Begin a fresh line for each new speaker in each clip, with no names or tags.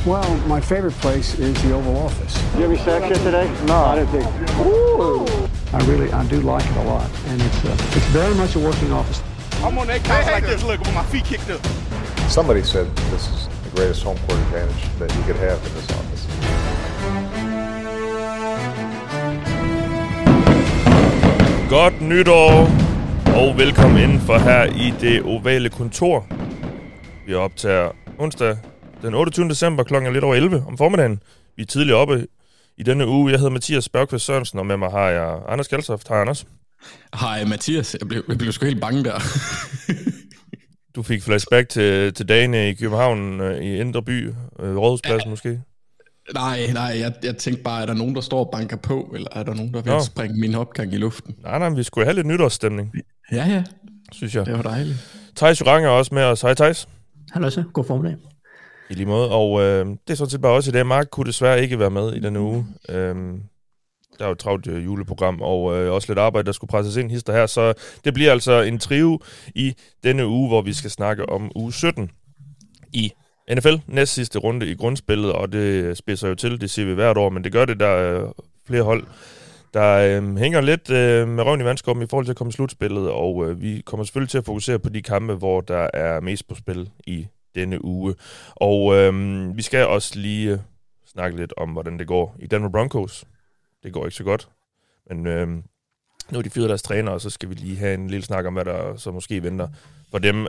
Well, my favorite place is the Oval Office.
Did you have any sex yet today?
No, I didn't think. Ooh. I do like it a lot, and it's very much a working office.
I'm on that couch like this, look, with my feet kicked up.
Somebody said this is the greatest home court advantage that you could have in this office.
Godt nytår, og velkommen indenfor her i det ovale kontor. Vi optager onsdag den 28. december klokken lidt over 11 om formiddagen. Vi er tidligere oppe i denne uge. Jeg hedder Mathias Bergqvist Sørensen, og med mig har jeg Anders Kaltoft. Hej Anders.
Hej Mathias, jeg blev sgu helt bange der.
Du fik flashback til dagene i København, i Indre By, Rådhuspladsen måske?
Nej, jeg tænkte bare, er der nogen, der står og banker på, eller er der nogen, der vil springe min opgang i luften?
Nej, vi skulle have lidt nytårsstemning.
Ja,
synes jeg.
Det var dejligt.
Theis Joranger er også med os. Hej Theis.
Hallo så, god formiddag.
I lige måde, og det er sådan set bare også i dag. Mark kunne desværre ikke være med i denne uge. Der er jo et travlt juleprogram, og også lidt arbejde, der skulle presses ind hister her, så det bliver altså en trio i denne uge, hvor vi skal snakke om uge 17 i NFL. Næst sidste runde i grundspillet, og det spidser jo til, det siger vi hvert år, men det gør det, der er flere hold, der hænger lidt med røven i vandskåben i forhold til at komme i slutspillet, og vi kommer selvfølgelig til at fokusere på de kampe, hvor der er mest på spil i denne uge. Og vi skal også lige snakke lidt om, hvordan det går i Denver Broncos. Det går ikke så godt, men nu er de fyret deres træner, og så skal vi lige have en lille snak om, hvad der så måske venter for dem.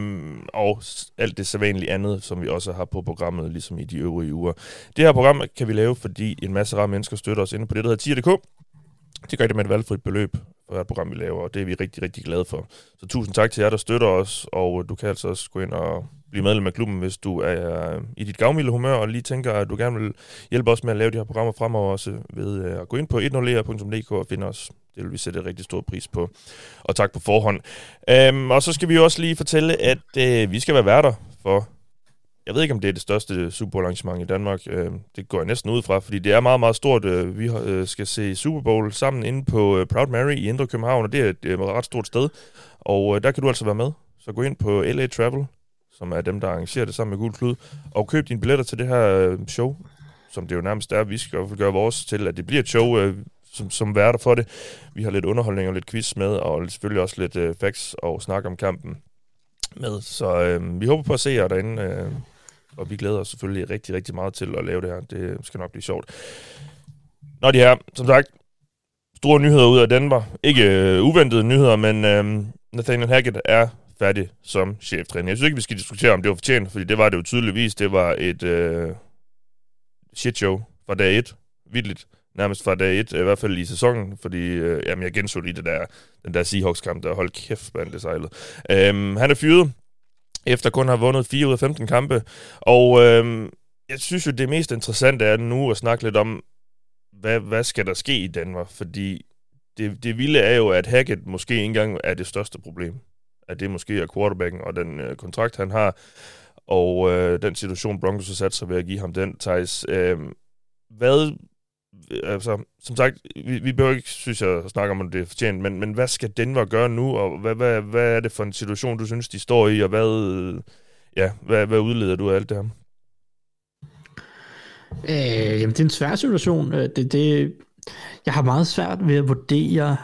Og alt det sædvanlige andet, som vi også har på programmet, ligesom i de øvrige uger. Det her program kan vi lave, fordi en masse rare mennesker støtter os inde på det, der hedder tier.dk. Det gør det med et valgfrit beløb for et program, vi laver, og det er vi rigtig, rigtig glade for. Så tusind tak til jer, der støtter os, og du kan altså også gå ind og blive medlem af klubben, hvis du er i dit gavmilde humør, og lige tænker, at du gerne vil hjælpe os med at lave de her programmer fremover også ved at gå ind på 10er.dk og finde os. Det vil vi sætte et rigtig stor pris på. Og tak på forhånd. Og så skal vi også lige fortælle, at vi skal være værter for, jeg ved ikke, om det er det største Super Bowl arrangement i Danmark. Det går jeg næsten ud fra, fordi det er meget, meget stort. Vi skal se Super Bowl sammen inde på Proud Mary i Indre København, og det er et ret stort sted. Og der kan du altså være med. Så gå ind på LA Travel, som er dem, der arrangerer det sammen med Gul Klud, og køb dine billetter til det her show, som det jo nærmest er. Vi skal gøre vores til, at det bliver et show, som værter for det. Vi har lidt underholdning og lidt quiz med, og selvfølgelig også lidt facts og snak om kampen med. Så vi håber på at se jer derinde, og vi glæder os selvfølgelig rigtig, rigtig meget til at lave det her. Det skal nok blive sjovt. Nå, de her, som sagt, store nyheder ud af Denver. Ikke uventede nyheder, men Nathaniel Hackett er færdig som cheftræner. Jeg synes ikke, vi skal diskutere, om det var fortjent, fordi det var det jo tydeligvis. Det var et shitshow fra dag 1. Vildt. Nærmest fra dag 1, i hvert fald i sæsonen, fordi jeg genså lige den der Seahawks-kamp, der holdt kæft, blandt det sejlet. Han er fyret, efter kun har vundet 4 ud af 15 kampe, og jeg synes jo, det mest interessante er nu at snakke lidt om, hvad skal der ske i Denver, fordi det vilde er jo, at Hackett måske ikke engang er det største problem. At det måske er quarterbacken og den kontrakt, han har, og den situation, Broncos har sat sig ved at give ham den, Theis. Altså, som sagt, vi behøver ikke, synes jeg, at snakke om det er fortjent, men hvad skal Denver gøre nu, og hvad er det for en situation, du synes, de står i, og hvad udleder du af alt det her?
Jamen, det er en svær situation. Jeg har meget svært ved at vurdere,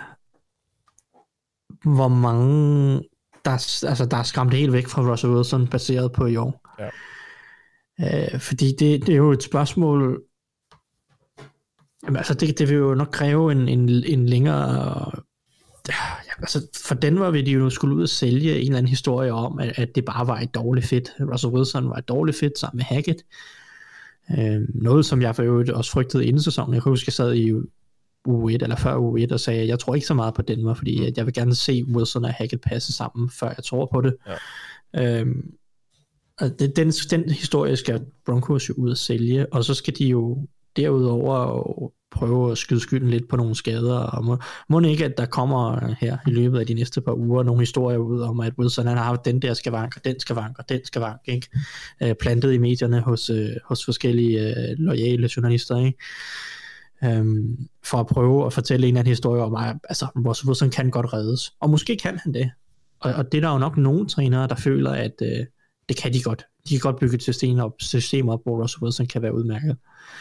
hvor mange, der er skræmt helt væk fra Russell Wilson, baseret på i år. Ja. Fordi det er jo et spørgsmål. Jamen, altså det vil jo nok kræve en længere. Altså for Denver vil de jo skulle ud og sælge en eller anden historie om, at det bare var et dårligt fit. Russell Wilson var et dårligt fit sammen med Hackett. Noget, som jeg for øvrigt også frygtede inden sæsonen. Jeg kan huske, jeg sad i uge 1 eller før uge 1 og sagde, at jeg tror ikke så meget på Denver, fordi at jeg vil gerne se Wilson og Hackett passe sammen, før jeg tror på det. Ja. Den historie skal Broncos jo ud og sælge, og så skal de jo derudover prøve at skyde skylden lidt på nogle skader, og må ikke, at der kommer her i løbet af de næste par uger nogle historier ud om, at Wilson han har haft den der skavank, og den skavank, ikke? Plantet i medierne hos forskellige loyale journalister, ikke? For at prøve at fortælle en eller anden historie om, at altså, Russell Wilson kan godt reddes, og måske kan han det, og det er der jo nok nogle trænere, der føler, at det kan de godt. de kan godt bygge et system op, hvor Russell Wilson kan være udmærket.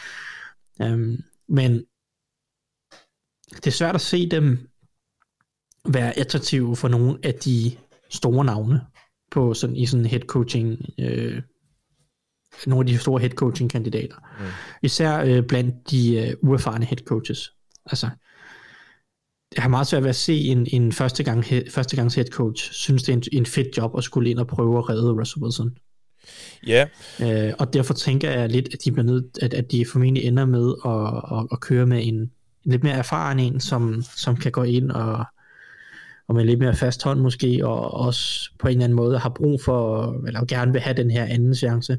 Men det er svært at se dem være attraktive for nogle af de store navne på i sådan head coaching, nogle af de store head coaching kandidater. Især blandt de uerfarne head coaches. Altså, jeg har meget svært ved at se en førstegangs head coach synes det er en fedt job at skulle ind og prøve at redde Russell Wilson.
Ja.
Og derfor tænker jeg lidt, at de bliver nødt, at de formentlig ender med at køre med en lidt mere erfaren en, som kan gå ind og med lidt mere fast hånd måske, og også på en eller anden måde har brug for, eller gerne vil have den her anden chance,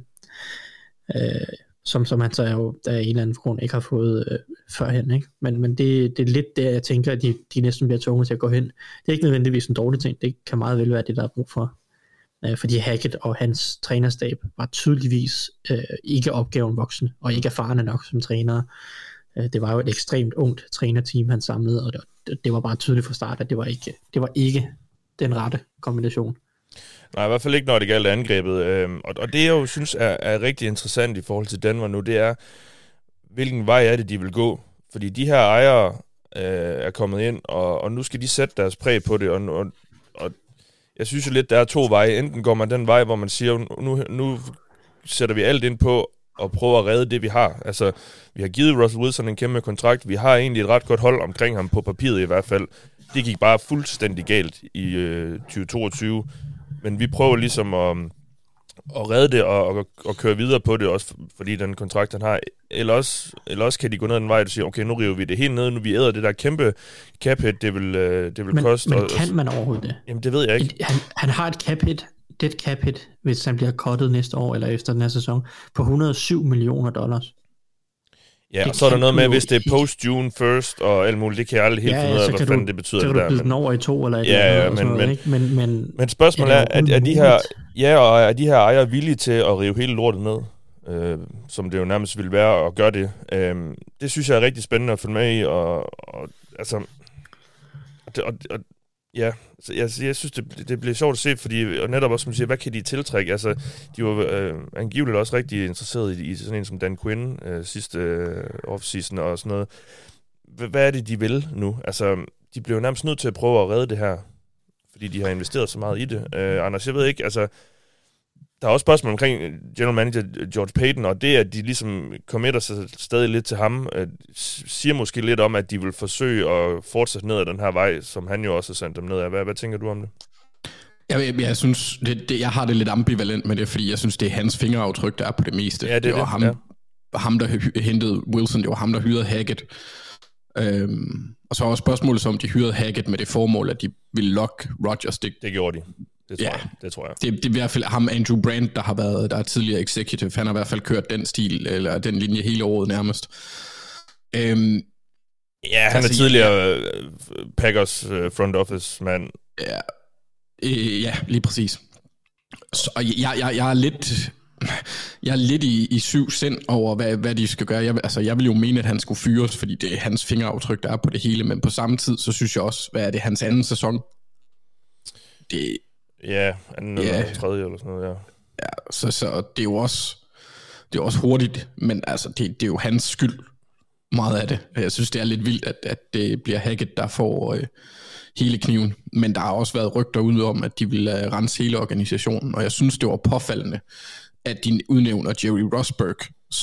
som han så jo af en eller anden grund ikke har fået førhen, ikke? Men det er lidt der, jeg tænker, at de næsten bliver tvunget til at gå hen. Det er ikke nødvendigvis en dårlig ting, det kan meget vel være det, der er brug for. Fordi Hackett og hans trænerstab var tydeligvis ikke opgaven voksen, og ikke erfarne nok som trænere. Det var jo et ekstremt ungt trænerteam, han samlede, og det var bare tydeligt fra start, at det var ikke den rette kombination.
Nej, i hvert fald ikke, når det galt angrebet. Og det, jeg jo synes er rigtig interessant i forhold til Denver nu, det er, hvilken vej er det, de vil gå. Fordi de her ejere er kommet ind, og nu skal de sætte deres præg på det, og jeg synes jo lidt, der er to veje. Enten går man den vej, hvor man siger, nu sætter vi alt ind på og prøver at redde det, vi har. Altså, vi har givet Russell Wilson en kæmpe kontrakt. Vi har egentlig et ret godt hold omkring ham, på papiret i hvert fald. Det gik bare fuldstændig galt i 2022. Men vi prøver ligesom at redde det og køre videre på det, også fordi den kontrakt, han har. Eller også kan de gå ned den vej og sige, okay, nu river vi det helt ned, nu vi æder det der kæmpe cap hit, det vil koste.
Men kan man overhovedet det?
Jamen, det ved jeg ikke.
Han har et cap hit, hvis han bliver cuttet næste år, eller efter den her sæson, på $107 million.
Ja, og så er der noget med, hvis det er post-June first, og alt muligt, det kan jeg aldrig helt finde ud af, hvad fanden det betyder.
Så kan du byde den over i 2 eller et eller andet.
Men spørgsmålet er de her, er de her ejere villige til at rive hele lortet ned, som det jo nærmest ville være at gøre det. Det synes jeg er rigtig spændende at følge med i, ja, jeg synes, det bliver sjovt at se, fordi, og netop også, som du siger, hvad kan de tiltrække? Altså, de var angiveligt også rigtig interesseret i sådan en som Dan Quinn sidste offseason og sådan noget. Hvad er det, de vil nu? Altså, de bliver jo nærmest nødt til at prøve at redde det her, fordi de har investeret så meget i det. Anders, jeg ved ikke, altså, der er også spørgsmål omkring general manager George Payton, og det, at de ligesom committer sig stadig lidt til ham, siger måske lidt om, at de vil forsøge at fortsætte ned ad den her vej, som han jo også har sendt dem ned ad. Hvad tænker du om det?
Jeg synes, jeg har det lidt ambivalent med det, fordi jeg synes, det er hans fingeraftryk, der er på det meste.
Ja, det var
ham, der hentede Wilson, det var ham, der hyrede Hackett. Og så var spørgsmålet om de hyrede Hackett med det formål, at de ville lokke Rodgers.
Det gjorde de. Det tror jeg.
Det er i hvert fald ham, Andrew Brandt, der er tidligere executive. Han har i hvert fald kørt den stil, eller den linje hele året nærmest.
Ja, han er tidligere Packers front office mand.
Ja, lige præcis. Så jeg er lidt i syv sind over, hvad de skal gøre. Jeg vil jo mene, at han skulle fyres, fordi det er hans fingeraftryk, der er på det hele, men på samme tid, så synes jeg også, hvad er det, hans anden sæson?
Ja, anden eller tredje eller sådan noget, ja.
Ja, så det er jo også hurtigt, men altså, det er jo hans skyld, meget af det. Jeg synes, det er lidt vildt, at det bliver Hackett, der får hele kniven, men der har også været rygter ude om, at de ville rense hele organisationen, og jeg synes, det var påfaldende, at de udnævner Jerry Rosburg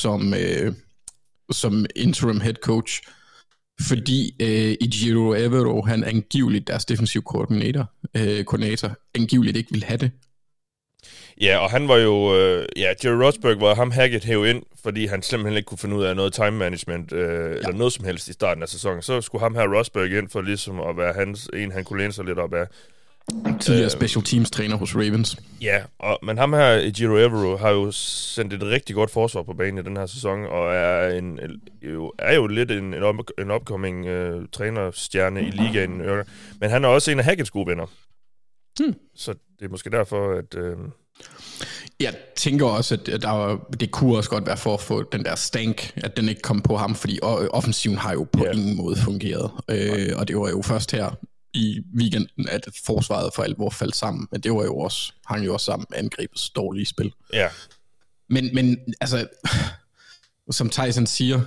som interim head coach, fordi Ejiro Evero, han angiveligt deres defensiv koordinator, angiveligt ikke ville have det.
Ja, og han var jo, Jerry Rosburg var ham Hackett hævet ind, fordi han simpelthen ikke kunne finde ud af noget time management, eller noget som helst i starten af sæsonen. Så skulle ham her Rosburg ind for ligesom at være han kunne læne sig lidt op af.
Tidligere special teams træner hos Ravens.
Ja, men ham her, Ejiro Evero, har jo sendt et rigtig godt forsvar på banen i den her sæson, og er jo lidt en upcoming trænerstjerne i ligaen. Men han er også en af Hacketts gode venner. Så det er måske derfor, at...
Jeg tænker også, at det kunne også godt være for at få den der stank, at den ikke kom på ham, fordi offensiven har jo på ingen måde fungeret. Og det var jo først her i weekenden, at forsvaret for alvor faldt sammen, men det var jo også, hang jo også sammen med angrebets dårlige spil.
Ja.
Men altså, som Tyson siger,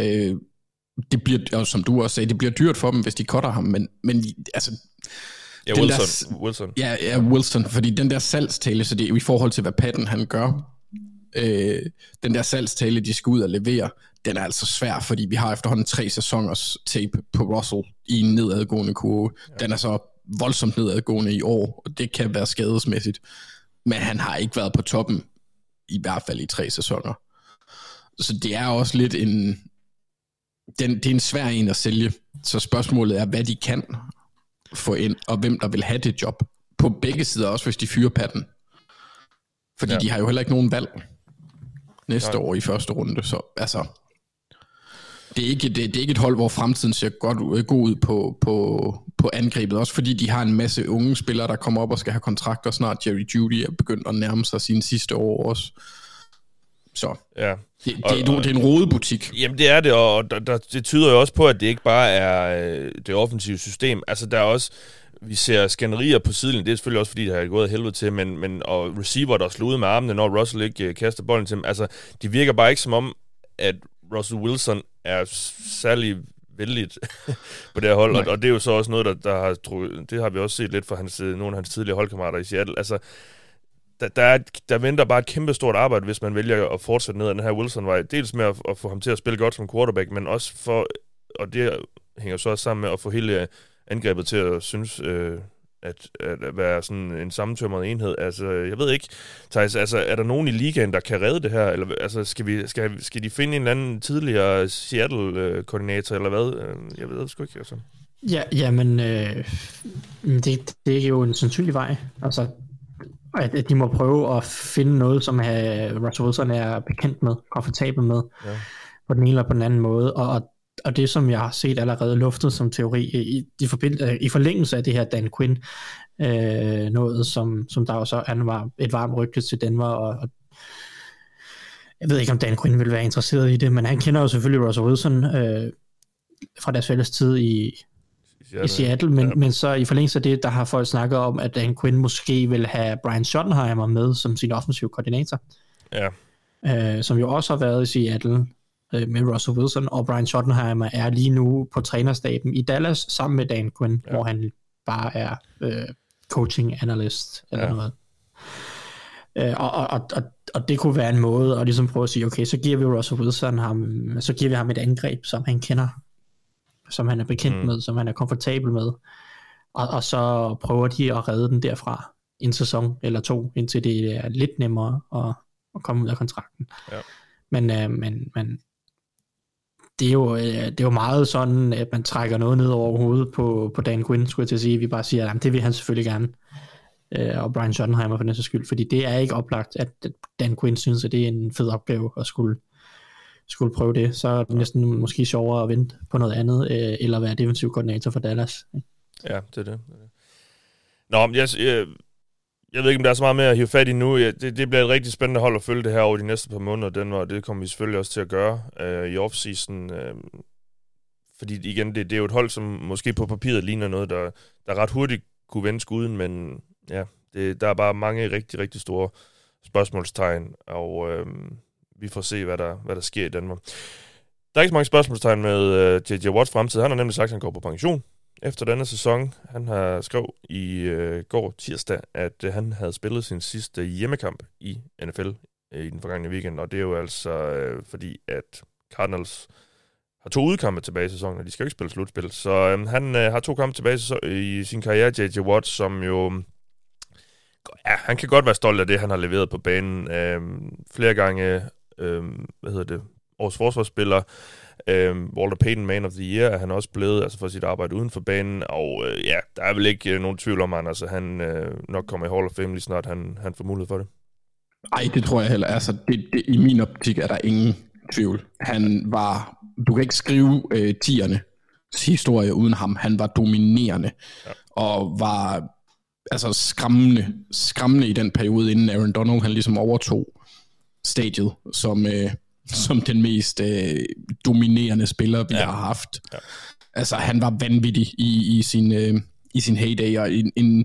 det bliver, og som du også sagde, det bliver dyrt for dem, hvis de cutter ham, men altså...
Ja, Wilson.
Ja, Wilson, fordi den der salgstale, så det er jo i forhold til, hvad Patton han gør, den der salgstale, de skal ud og levere, den er altså svær, fordi vi har efterhånden 3 sæsoners tape på Russell i en nedadgående kurve. Ja. Den er så voldsomt nedadgående i år, og det kan være skadesmæssigt. Men han har ikke været på toppen, i hvert fald i 3 sæsoner. Så det er også lidt det er en svær en at sælge. Så spørgsmålet er, hvad de kan få ind, og hvem der vil have det job. På begge sider, også hvis de fyrer Patton. Fordi de har jo heller ikke nogen valg næste år i første runde. Så altså, det er ikke et hold, hvor fremtiden ser god ud på angrebet. Også fordi de har en masse unge spillere, der kommer op og skal have kontrakter snart. Jerry Jeudy er begyndt at nærme sig sine sidste år også. Så
ja.
Det er en rodebutik.
Jamen det er det, og det tyder jo også på, at det ikke bare er det offensive system. Altså der er også, vi ser skænderier på sidelinjen, det er selvfølgelig også fordi, det har gået af helvede til, men og receiver, der slår ud med armene, når Russell ikke kaster bolden til dem. Altså det virker bare ikke som om, at Russell Wilson er særlig vældigt på det her hold, og det er jo så også noget, der har det har vi også set lidt fra nogle af hans tidligere holdkammerater i Seattle. Altså der venter bare et kæmpe stort arbejde, hvis man vælger at fortsætte ned ad den her Wilson-vej. Dels med at få ham til at spille godt som quarterback, men også for, og det hænger så også sammen med at få hele angrebet til at synes, at være sådan en sammentømret enhed. Altså, jeg ved ikke, Thijs, altså, er der nogen i ligaen, der kan redde det her? Eller altså, skal de finde en eller anden tidligere Seattle-koordinator, eller hvad? Jeg ved det sgu ikke, altså.
Ja, men det er jo en sandsynlig vej. Altså, at de må prøve at finde noget, som Russell Wilson er bekendt med, komfortabel med, på den ene eller på den anden måde. Og det, som jeg har set allerede luftet som teori, i forlængelse af det her Dan Quinn, noget, som der jo så var et varmt rygte til Denver, og jeg ved ikke, om Dan Quinn vil være interesseret i det, men han kender jo selvfølgelig Russell Wilson fra deres fælles tid i Seattle, men så i forlængelse af det, der har folk snakket om, at Dan Quinn måske vil have Brian Schottenheimer med som sin offensive koordinator, som jo også har været i Seattle med Russell Wilson, og Brian Schottenheimer er lige nu på trænerstaben i Dallas sammen med Dan Quinn, hvor han bare er coaching analyst eller noget. Og det kunne være en måde at ligesom prøve at sige, okay, så giver vi Russell Wilson ham et angreb, som han kender, som han er bekendt med, som han er komfortabel med, og så prøver de at redde den derfra en sæson eller 2, indtil det er lidt nemmere at komme ud af kontrakten. Ja. Men det er jo meget sådan, at man trækker noget ned over hovedet på Dan Quinn, skulle jeg til at sige. Vi bare siger, at det vil han selvfølgelig gerne, og Brian Schottenheimer for den sags skyld, fordi det er ikke oplagt, at Dan Quinn synes, at det er en fed opgave at skulle prøve det. Så er det næsten måske sjovere at vente på noget andet, eller være defensiv koordinator for Dallas.
Ja, det er det. Nå, jeg ved ikke, om der er så meget mere at hive fat i nu. Det bliver et rigtig spændende hold at følge det her over de næste par måneder, det kommer vi selvfølgelig også til at gøre i offseason. Fordi igen, det er jo et hold, som måske på papiret ligner noget, der ret hurtigt kunne vende skuden, men ja, der er bare mange rigtig, rigtig store spørgsmålstegn, og vi får se, hvad der sker i Danmark. Der er ikke så mange spørgsmålstegn med J.J. Watts fremtid. Han har nemlig sagt, at han går på pension efter denne sæson. Han har skrevet i går tirsdag, at han havde spillet sin sidste hjemmekamp i NFL i den forgangne weekend, og det er jo altså fordi, at Cardinals har 2 udkampe tilbage i sæsonen, og de skal jo ikke spille slutspil. Så han har 2 kampe tilbage i sin karriere, J.J. Watt, som jo... Ja, han kan godt være stolt af det, han har leveret på banen. Flere gange, årets forsvarsspiller, Walter Payton Man of the Year er han også blevet, altså for sit arbejde uden for banen, og der er vel ikke nogen tvivl om, at han nok kommer i Hall of Fame lige snart han får mulighed for det.
Ej, det tror jeg heller. Altså, i min optik er der ingen tvivl. Han var... Du kan ikke skrive 10'ernes historie uden ham. Han var dominerende, og var altså skræmmende i den periode, inden Aaron Donald han ligesom overtog stadiet som den mest dominerende spiller, vi har haft. Ja. Altså, han var vanvittig i i sin heyday, og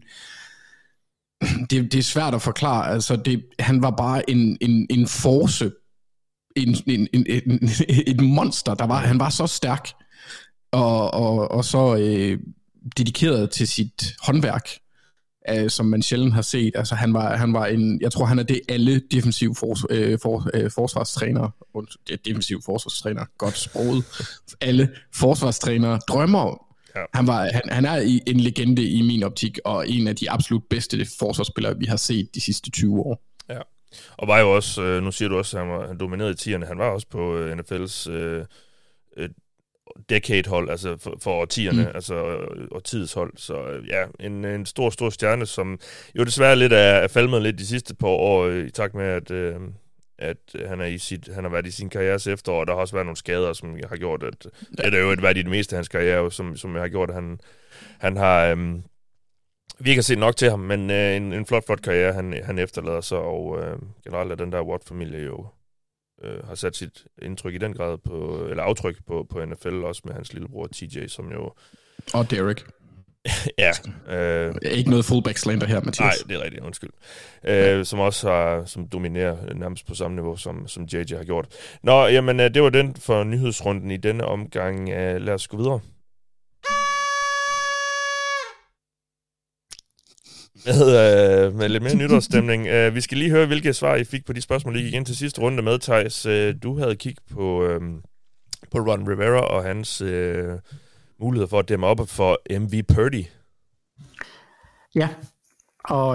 det er svært at forklare. Altså, han var bare en force, et monster. Han var så stærk, og så dedikeret til sit håndværk, som man sjældent har set. Altså, han var jeg tror, han er det alle defensiv forsvarstrænere, defensiv forsvarstræner, godt sproget, alle forsvarstrænere drømmer om. Ja. Han er en legende i min optik, og en af de absolut bedste forsvarsspillere, vi har set de sidste 20 år.
Ja, og var jo også, nu siger du også, at han dominerede i 10'erne, han var også på NFL's decade-hold, altså for årtierne, altså årtiets hold. Så ja, en stor stjerne, som jo desværre lidt er falmet lidt de sidste par år, i takt med, at han har været i sin karrieres efterår, og der har også været nogle skader, som har gjort, at det er jo været i det meste af hans karriere, som har gjort, at han har vi ikke har set nok til ham, men en flot karriere, han efterlader sig, og generelt er den der Watt-familie jo har sat sit indtryk i den grad eller aftryk på NFL, også med hans lillebror TJ, som jo...
Og Derek.
Ja.
Ikke noget fullback-slander her, Mathias.
Nej, det er rigtigt, undskyld. Som også som dominerer nærmest på samme niveau, som JJ har gjort. Nå, jamen, det var den for nyhedsrunden i denne omgang. Lad os gå videre. Med lidt mere nytårsstemning. Vi skal lige høre, hvilke svar I fik på de spørgsmål, I gik ind til sidste runde med, Theis. Du havde kigget på Ron Rivera og hans muligheder for at dæmme op for MV Purdy.
Ja, og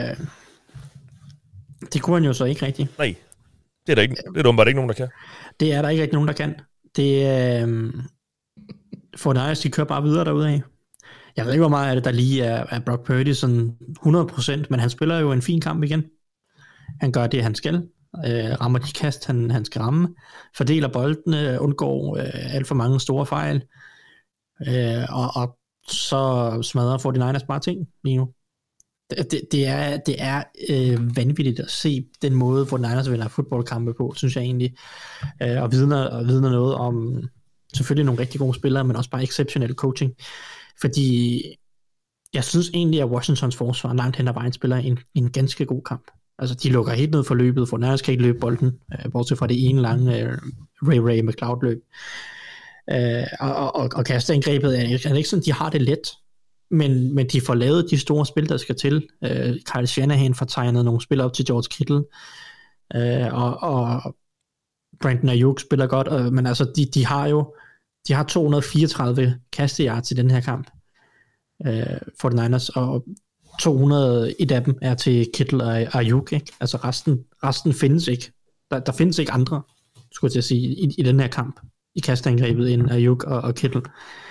det kunne han jo så ikke rigtigt.
Nej, det er der ikke. Det er åbenbart ikke nogen, der kan. Det er der ikke
rigtig nogen, der kan. Det for Niners, de kører bare videre derudad. Jeg ved ikke, hvor meget af det, der lige er Brock Purdy, sådan 100%, men han spiller jo en fin kamp igen. Han gør det, han skal. Rammer de kast, han skal ramme. Fordeler boldene, undgår alt for mange store fejl. Og så smadrer 49ers bare ting lige nu. Det er vanvittigt at se den måde, hvor 49ers vinder fodboldkampe på, synes jeg egentlig. Og vidner noget om selvfølgelig nogle rigtig gode spillere, men også bare exceptionel coaching. Fordi jeg synes egentlig, at Washingtons forsvar langt hen ad vejen spiller en ganske god kamp. Altså, de lukker helt ned for løbet, for Niners kan ikke løbe bolden, bortset fra det ene lange Ray McCloud-løb. Og kasteangrebet er ikke sådan, de har det let, men de får lavet de store spil, der skal til. Kyle Shanahan får tegnet nogle spil op til George Kittle, og Brandon Ayuk spiller godt, men altså, de har 234 kasteyards i den her kamp for the Niners, og 201 af dem er til Kittle og Ayuk, ikke? Altså resten findes ikke. Der findes ikke andre, skulle jeg til at sige, i den her kamp, i kasteangrebet end Ayuk og Kittle.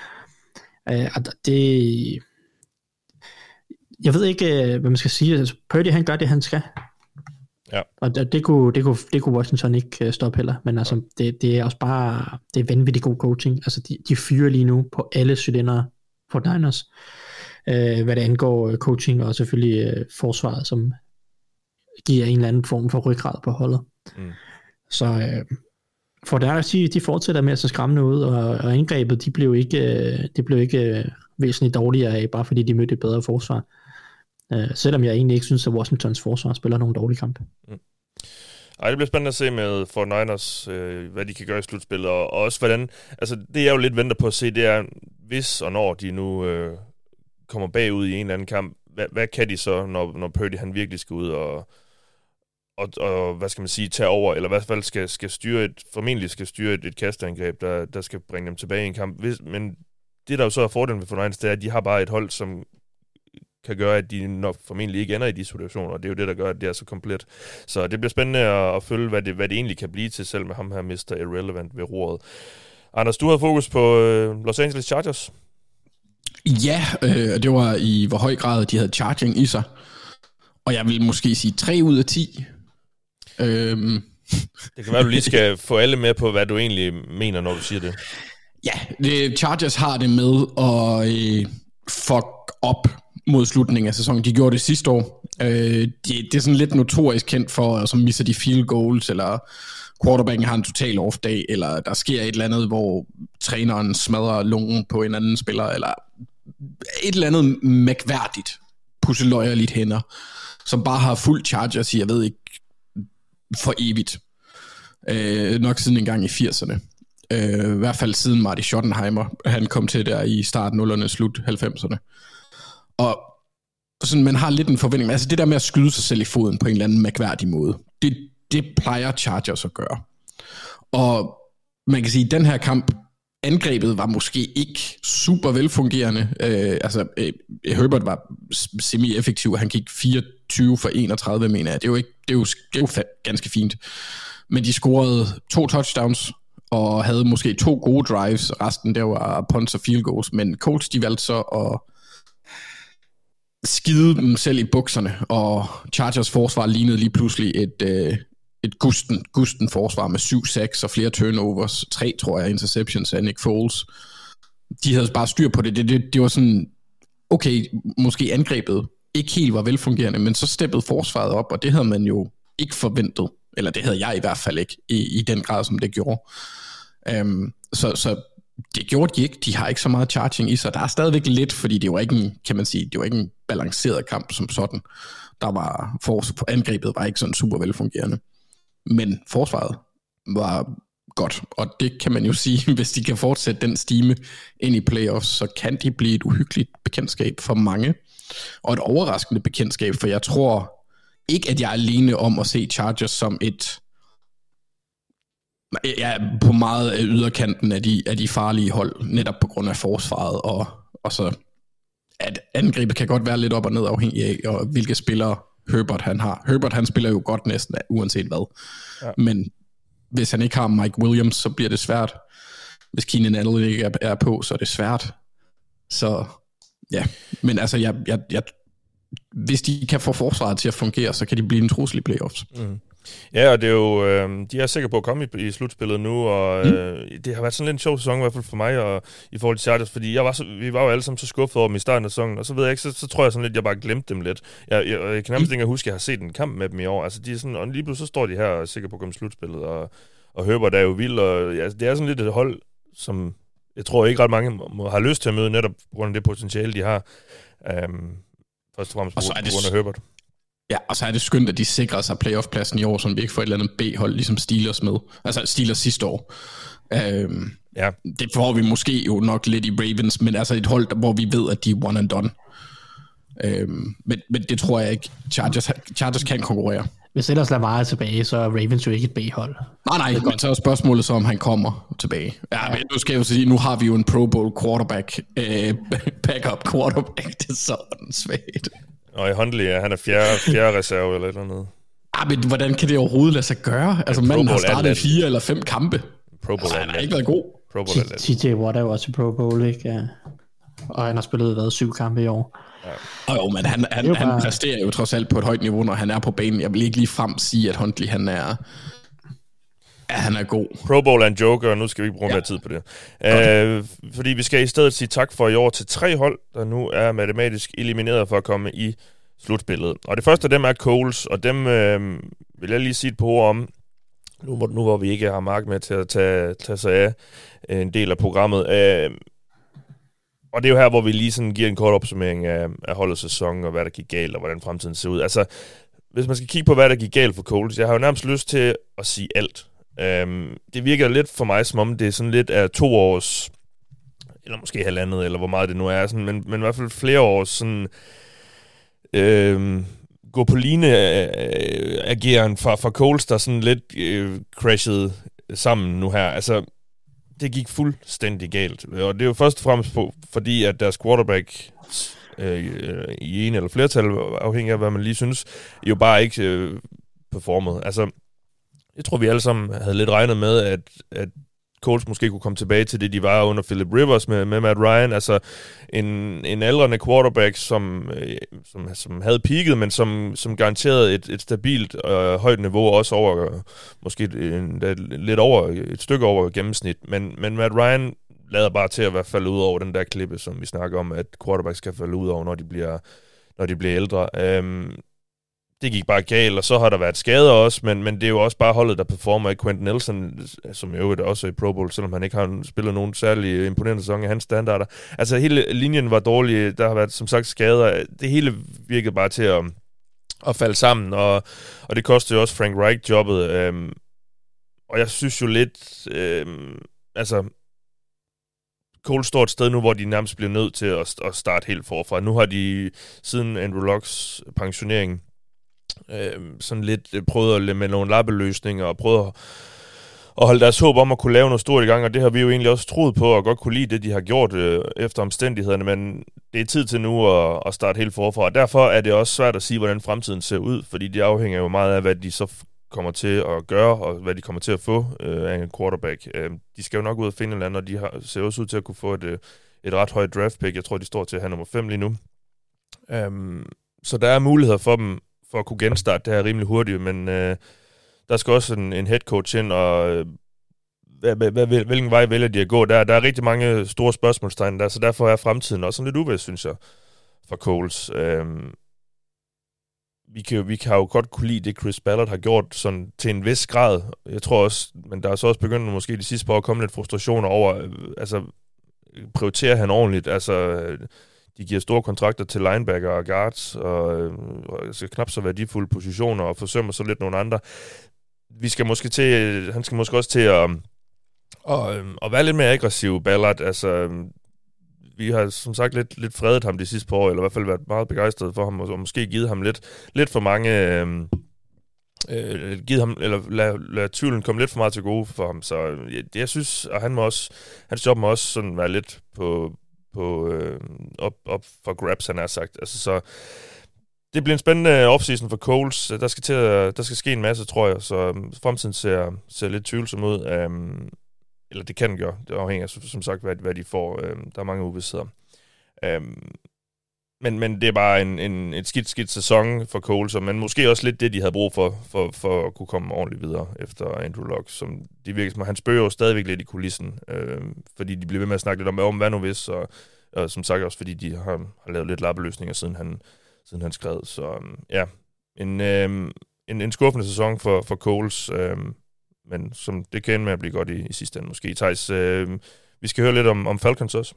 Det... Jeg ved ikke, hvad man skal sige. Altså, Purdy, han gør det, han skal.
Ja. Og
det kunne Washington ikke stoppe heller, men altså, det er også bare, det er vanvittigt god coaching. Altså, de fyrer lige nu på alle cylindre for Niners, hvad det angår coaching, og selvfølgelig forsvaret, som giver en eller anden form for ryggrad på holdet. Så for Niners, de fortsætter med at se skræmmende ud, og indgrebet, det blev ikke væsentligt dårligere af, bare fordi de mødte et bedre forsvar. Selvom jeg egentlig ikke synes, at Washingtons forsvar spiller nogle dårlige kampe.
Ej, det bliver spændende at se med 49ers, hvad de kan gøre i slutspillet, og også hvordan, altså det jeg jo lidt venter på at se, det er, hvis og når de nu kommer bagud i en eller anden kamp, hvad kan de så, når Purdy han virkelig skal ud og hvad skal man sige, tage over, eller i hvert fald formentlig skal styre et kasteangreb, der skal bringe dem tilbage i en kamp. Men det der jo så er fordelen ved 49ers, det er, at de har bare et hold, som kan gøre, at de nok formentlig ikke ender i de situationer, og det er jo det, der gør, at det er så komplet. Så det bliver spændende at følge, hvad det egentlig kan blive til, selv med ham her Mr. Irrelevant ved roret. Anders, du havde fokus på Los Angeles Chargers.
Ja, det var i hvor høj grad de havde charging i sig. Og jeg vil måske sige 3 ud af 10.
Det kan være, at du lige skal få alle med på, hvad du egentlig mener, når du siger det.
Ja, Chargers har det med at fuck op mod slutningen af sæsonen. De gjorde det sidste år. Det er sådan lidt notorisk kendt for, som misser de field goals, eller quarterbacken har en total off-dag, eller der sker et eller andet, hvor træneren smadrer lungen på en anden spiller, eller et eller andet mærkværdigt pusseløjerligt hænder, som bare har fuld Chargers i, jeg ved ikke, for evigt. Nok siden en gang i 80'erne. I hvert fald siden Marty Schottenheimer, han kom til der i start 0'erne, slut 90'erne. Og sådan, man har lidt en forventning, men altså det der med at skyde sig selv i foden på en eller anden mærkværdig måde, det plejer Chargers at gøre. Og man kan sige, at den her kamp, angrebet var måske ikke super velfungerende. Herbert var semi-effektiv. Han gik 24 for 31, mener jeg. Det er jo ganske fint. Men de scorede 2 touchdowns og havde måske 2 gode drives. Resten der var punts og field goals. Men Colts, de valgte så at skide dem selv i bukserne, og Chargers forsvar lignede lige pludselig et gusten forsvar med 7 sacks og flere turnovers, 3 tror jeg interceptions af Nick Foles. De havde bare styr på det. Det var sådan, okay, måske angrebet ikke helt var velfungerende, men så steppede forsvaret op, og det havde man jo ikke forventet, eller det havde jeg i hvert fald ikke i den grad, som det gjorde. Så det gjorde de ikke. De har ikke så meget charging i sig. Der er stadigvæk lidt, fordi det var ikke en, kan man sige, det var ikke en balanceret kamp som sådan. Der var angrebet var ikke sådan super velfungerende. Men forsvaret var godt, og det kan man jo sige, hvis de kan fortsætte den stime ind i playoffs, så kan de blive et uhyggeligt bekendtskab for mange, og et overraskende bekendtskab, for jeg tror ikke, at jeg er alene om at se Chargers som på meget yderkanten af de farlige hold, netop på grund af forsvaret, og så at angrebet kan godt være lidt op og ned afhængig af, og hvilke spillere Herbert han har. Herbert han spiller jo godt næsten uanset hvad. Ja. Men hvis han ikke har Mike Williams, så bliver det svært. Hvis Keenan Allen ikke er på, så er det svært. Så ja, men altså jeg hvis de kan få forsvaret til at fungere, så kan de blive en trussel i playoffs. Mm.
Ja, og det er jo, de er sikre på at komme i slutspillet nu, og det har været sådan lidt en sjov sæson, i hvert fald for mig, og i forhold til Chargers, fordi vi var jo alle sammen så skuffet over dem i starten af sæsonen, og så ved jeg ikke, så tror jeg sådan lidt, jeg bare glemte dem lidt. Jeg kan nærmest ikke huske, at jeg har set en kamp med dem i år. Altså, de er sådan, og lige pludselig så står de her og er sikre på at komme i slutspillet, og Herbert er jo vild, og ja, det er sådan lidt et hold, som jeg tror ikke ret mange har lyst til at møde, netop på grund af det potentiale, de har. Først og fremmest på grund af Herbert.
Ja, og så er det skønt, at de sikrer sig playoff-pladsen i år, så vi ikke får et eller andet B-hold, ligesom Steelers med. Altså Steelers sidste år. Ja. Det får vi måske jo nok lidt i Ravens, men altså et hold, hvor vi ved, at de er one and done. Men det tror jeg ikke. Chargers kan konkurrere.
Hvis ellers Lamar er tilbage, så er Ravens jo ikke et B-hold.
Nej, men så er spørgsmålet så, om han kommer tilbage. Ja, men nu skal jeg jo sige, nu har vi jo en Pro Bowl quarterback, backup quarterback, det er sådan svagt.
Og i Huntley, han er fjerde reserve eller et eller andet.
Men hvordan kan det overhovedet lade sig gøre? Altså manden har startet 4 eller 5 kampe.
Pro Bowl
han har ikke været god.
TJ Watt er jo også i Pro Bowl, ikke? Ja. Og han har spillet 7 kampe i år.
Ja. Jo, men han præsterer jo trods alt på et højt niveau, når han er på banen. Jeg vil ikke lige frem sige, at Huntley han er god.
Pro Bowl er en joker, og nu skal vi ikke bruge mere tid på det. Fordi vi skal i stedet sige tak for i år til 3 hold, der nu er matematisk elimineret for at komme i slutspillet. Og det første af dem er Colts, og dem vil jeg lige sige et par ord om, nu hvor vi ikke har Mark med til at tage sig af en del af programmet. Og det er jo her, hvor vi lige sådan giver en kort opsummering af holdets sæson, og hvad der gik galt, og hvordan fremtiden ser ud. Altså, hvis man skal kigge på, hvad der gik galt for Colts, jeg har jo nærmest lyst til at sige alt. Det virker lidt for mig, som om det er sådan lidt af 2 års, eller måske 1,5, eller hvor meget det nu er, sådan, men i hvert fald flere års sådan, gå på line-ageren fra Colts, der sådan lidt crashede sammen nu her. Altså, det gik fuldstændig galt. Og det er jo først og fremmest fordi, at deres quarterback i en eller flertal, afhængig af hvad man lige synes, jo bare ikke performede. Altså, jeg tror, vi alle sammen havde lidt regnet med, at Colts måske kunne komme tilbage til det, de var under Philip Rivers med Matt Ryan. Altså en aldrende quarterback, som havde peaket, men som garanterede et stabilt højt niveau, også over måske lidt over, et stykke over gennemsnit. Men Matt Ryan lader bare til at være faldet ud over den der klippe, som vi snakker om, at quarterbacks skal falde ud over, når de bliver ældre. det gik bare galt, og så har der været skader også, men det er jo også bare holdet, der performer. Quentin Nelson, som jo også er i Pro Bowl, selvom han ikke har spillet nogen særlig imponerende sæson i hans standarder. Altså hele linjen var dårlig, der har været som sagt skader. Det hele virkede bare til at falde sammen, og det kostede jo også Frank Reich jobbet. Og jeg synes jo lidt, Colts står et sted nu, hvor de nærmest bliver nødt til at starte helt forfra. Nu har de siden Andrew Lucks pensionering sådan lidt prøvet med nogle lappeløsninger og prøvet at holde deres håb om at kunne lave noget stort i gang, og det har vi jo egentlig også troet på og godt kunne lide det, de har gjort efter omstændighederne, men det er tid til nu at starte helt forfra, og derfor er det også svært at sige, hvordan fremtiden ser ud, fordi det afhænger jo meget af, hvad de så kommer til at gøre, og hvad de kommer til at få af en quarterback. De skal jo nok ud og finde et eller andet, og de ser også ud til at kunne få et ret højt draft pick. Jeg tror, de står til at have nummer 5 lige nu. Så der er muligheder for dem for at kunne genstarte det her rimelig hurtigt, men der skal også en head coach ind, og hvilken vej vælger de at gå? Der er rigtig mange store spørgsmålstegn der, så derfor er fremtiden også sådan lidt uvist, synes jeg, for Colts. Vi kan jo godt kunne lide det, Chris Ballard har gjort sådan til en vis grad. Jeg tror også, men der er så også begyndt måske de sidste par år at komme lidt frustrationer over, prioriterer han ordentligt, de giver store kontrakter til linebacker og guards, og knap så værdifulde positioner, og forsømmer så lidt nogle andre. Han skal måske også til at være lidt mere aggressiv, Ballard. Vi har som sagt lidt fredet ham de sidste par år, eller i hvert fald været meget begejstrede for ham, og måske givet ham lidt for mange, givet ham, eller lad tvivlen komme lidt for meget til gode for ham. Så jeg synes, og hans job må også sådan være lidt op for grabs, han har sagt. Så det bliver en spændende offseason for Colts. Der skal ske en masse, tror jeg, så fremtiden ser lidt tvivlsom ud. Eller det kan gøre. Det afhænger som sagt, hvad de får. Der er mange uvisheder. Men det er bare en skidt sæson for Colts, men måske også lidt det, de havde brug for at kunne komme ordentligt videre efter Andrew Luck. Som de virker som, han spørger jo stadigvæk lidt i kulissen, fordi de bliver ved med at snakke lidt om hvad nu hvis, og som sagt også, fordi de har lavet lidt lappeløsninger, siden han skrev. Så en skuffende sæson for Colts, men som det kan ende med at blive godt i sidste ende måske. Theis, vi skal høre lidt om Falcons også.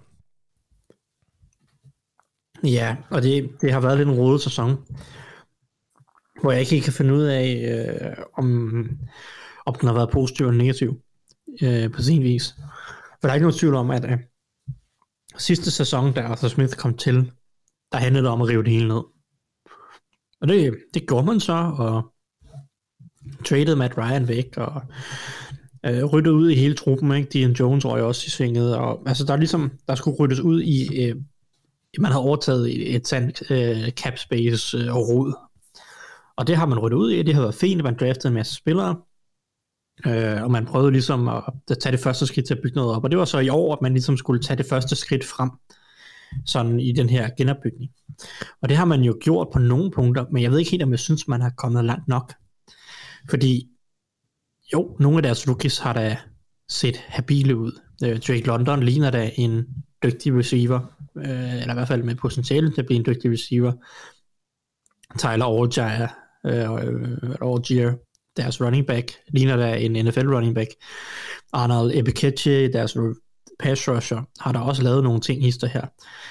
Ja, og det har været lidt en rodet sæson, hvor jeg ikke kan finde ud af, om den har været positiv eller negativ på sin vis. For der er ikke nogen tvivl om, at sidste sæson, da Arthur Smith kom til, der handlede det om at rive det hele ned. Og det gjorde man så, og traded Matt Ryan væk, og ryddede ud i hele truppen, ikke? Dion Jones røg også i svinget, og der skulle ryddes ud i, man havde overtaget et sandt cap space og rod, og det har man ryddet ud i. Det har været fint, man draftede en masse spillere, og man prøvede ligesom at tage det første skridt til at bygge noget op, og det var så i år, at man ligesom skulle tage det første skridt frem, sådan i den her genopbygning. Og det har man jo gjort på nogle punkter, men jeg ved ikke helt, om jeg synes, man har kommet langt nok. Fordi jo, nogle af deres rookies har da set habile ud. Drake London ligner da en dygtig receiver, eller i hvert fald med potentiale til at blive en dygtig receiver. Tyler Allgeier, deres running back, ligner da en NFL running back. Arnold Ebiketie, deres pass rusher, har der også lavet nogle ting hister her.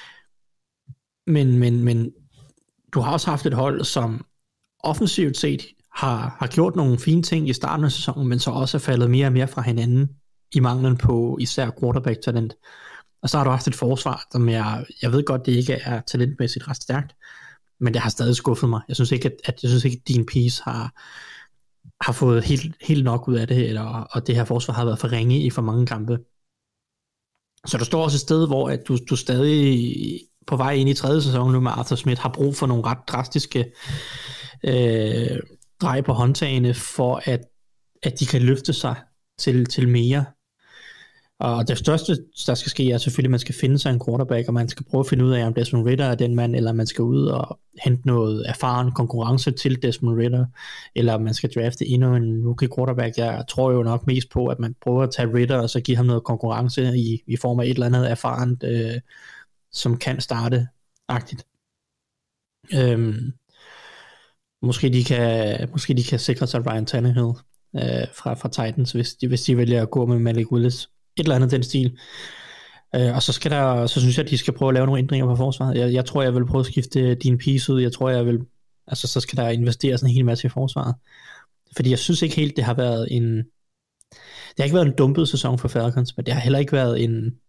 Men du har også haft et hold, som offensivt set har gjort nogle fine ting i starten af sæsonen, men så også er faldet mere og mere fra hinanden i manglen på især quarterback-talent. Og så har du haft et forsvar, som jeg ved godt, det ikke er talentmæssigt ret stærkt, men det har stadig skuffet mig. Jeg synes ikke, at Dean Pease har fået helt nok ud af det, og det her forsvar har været for ringe i for mange kampe. Så du står også et sted, hvor at du stadig på vej ind i tredje sæson nu med Arthur Smith har brug for nogle ret drastiske drej på håndtagene, for at de kan løfte sig til mere. Og det største, der skal ske, er selvfølgelig, at man skal finde sig en quarterback, og man skal prøve at finde ud af, om Desmond Ridder er den mand, eller man skal ud og hente noget erfaren konkurrence til Desmond Ridder, eller man skal drafte endnu en rookie quarterback. Jeg tror jo nok mest på, at man prøver at tage Ridder, og så give ham noget konkurrence i form af et eller andet erfarent, som kan starte-agtigt. Måske de kan sikre sig Ryan Tannehill fra Titans, hvis de vælger at gå med Malik Willis. Et eller andet den stil. Og så synes jeg, at de skal prøve at lave nogle ændringer på forsvaret. Jeg tror, jeg vil prøve at skifte din piece ud. Jeg tror, så skal der investeres en hel masse i forsvaret. Fordi jeg synes ikke helt, det har ikke været en dumpet sæson for Falcons, men det har heller ikke været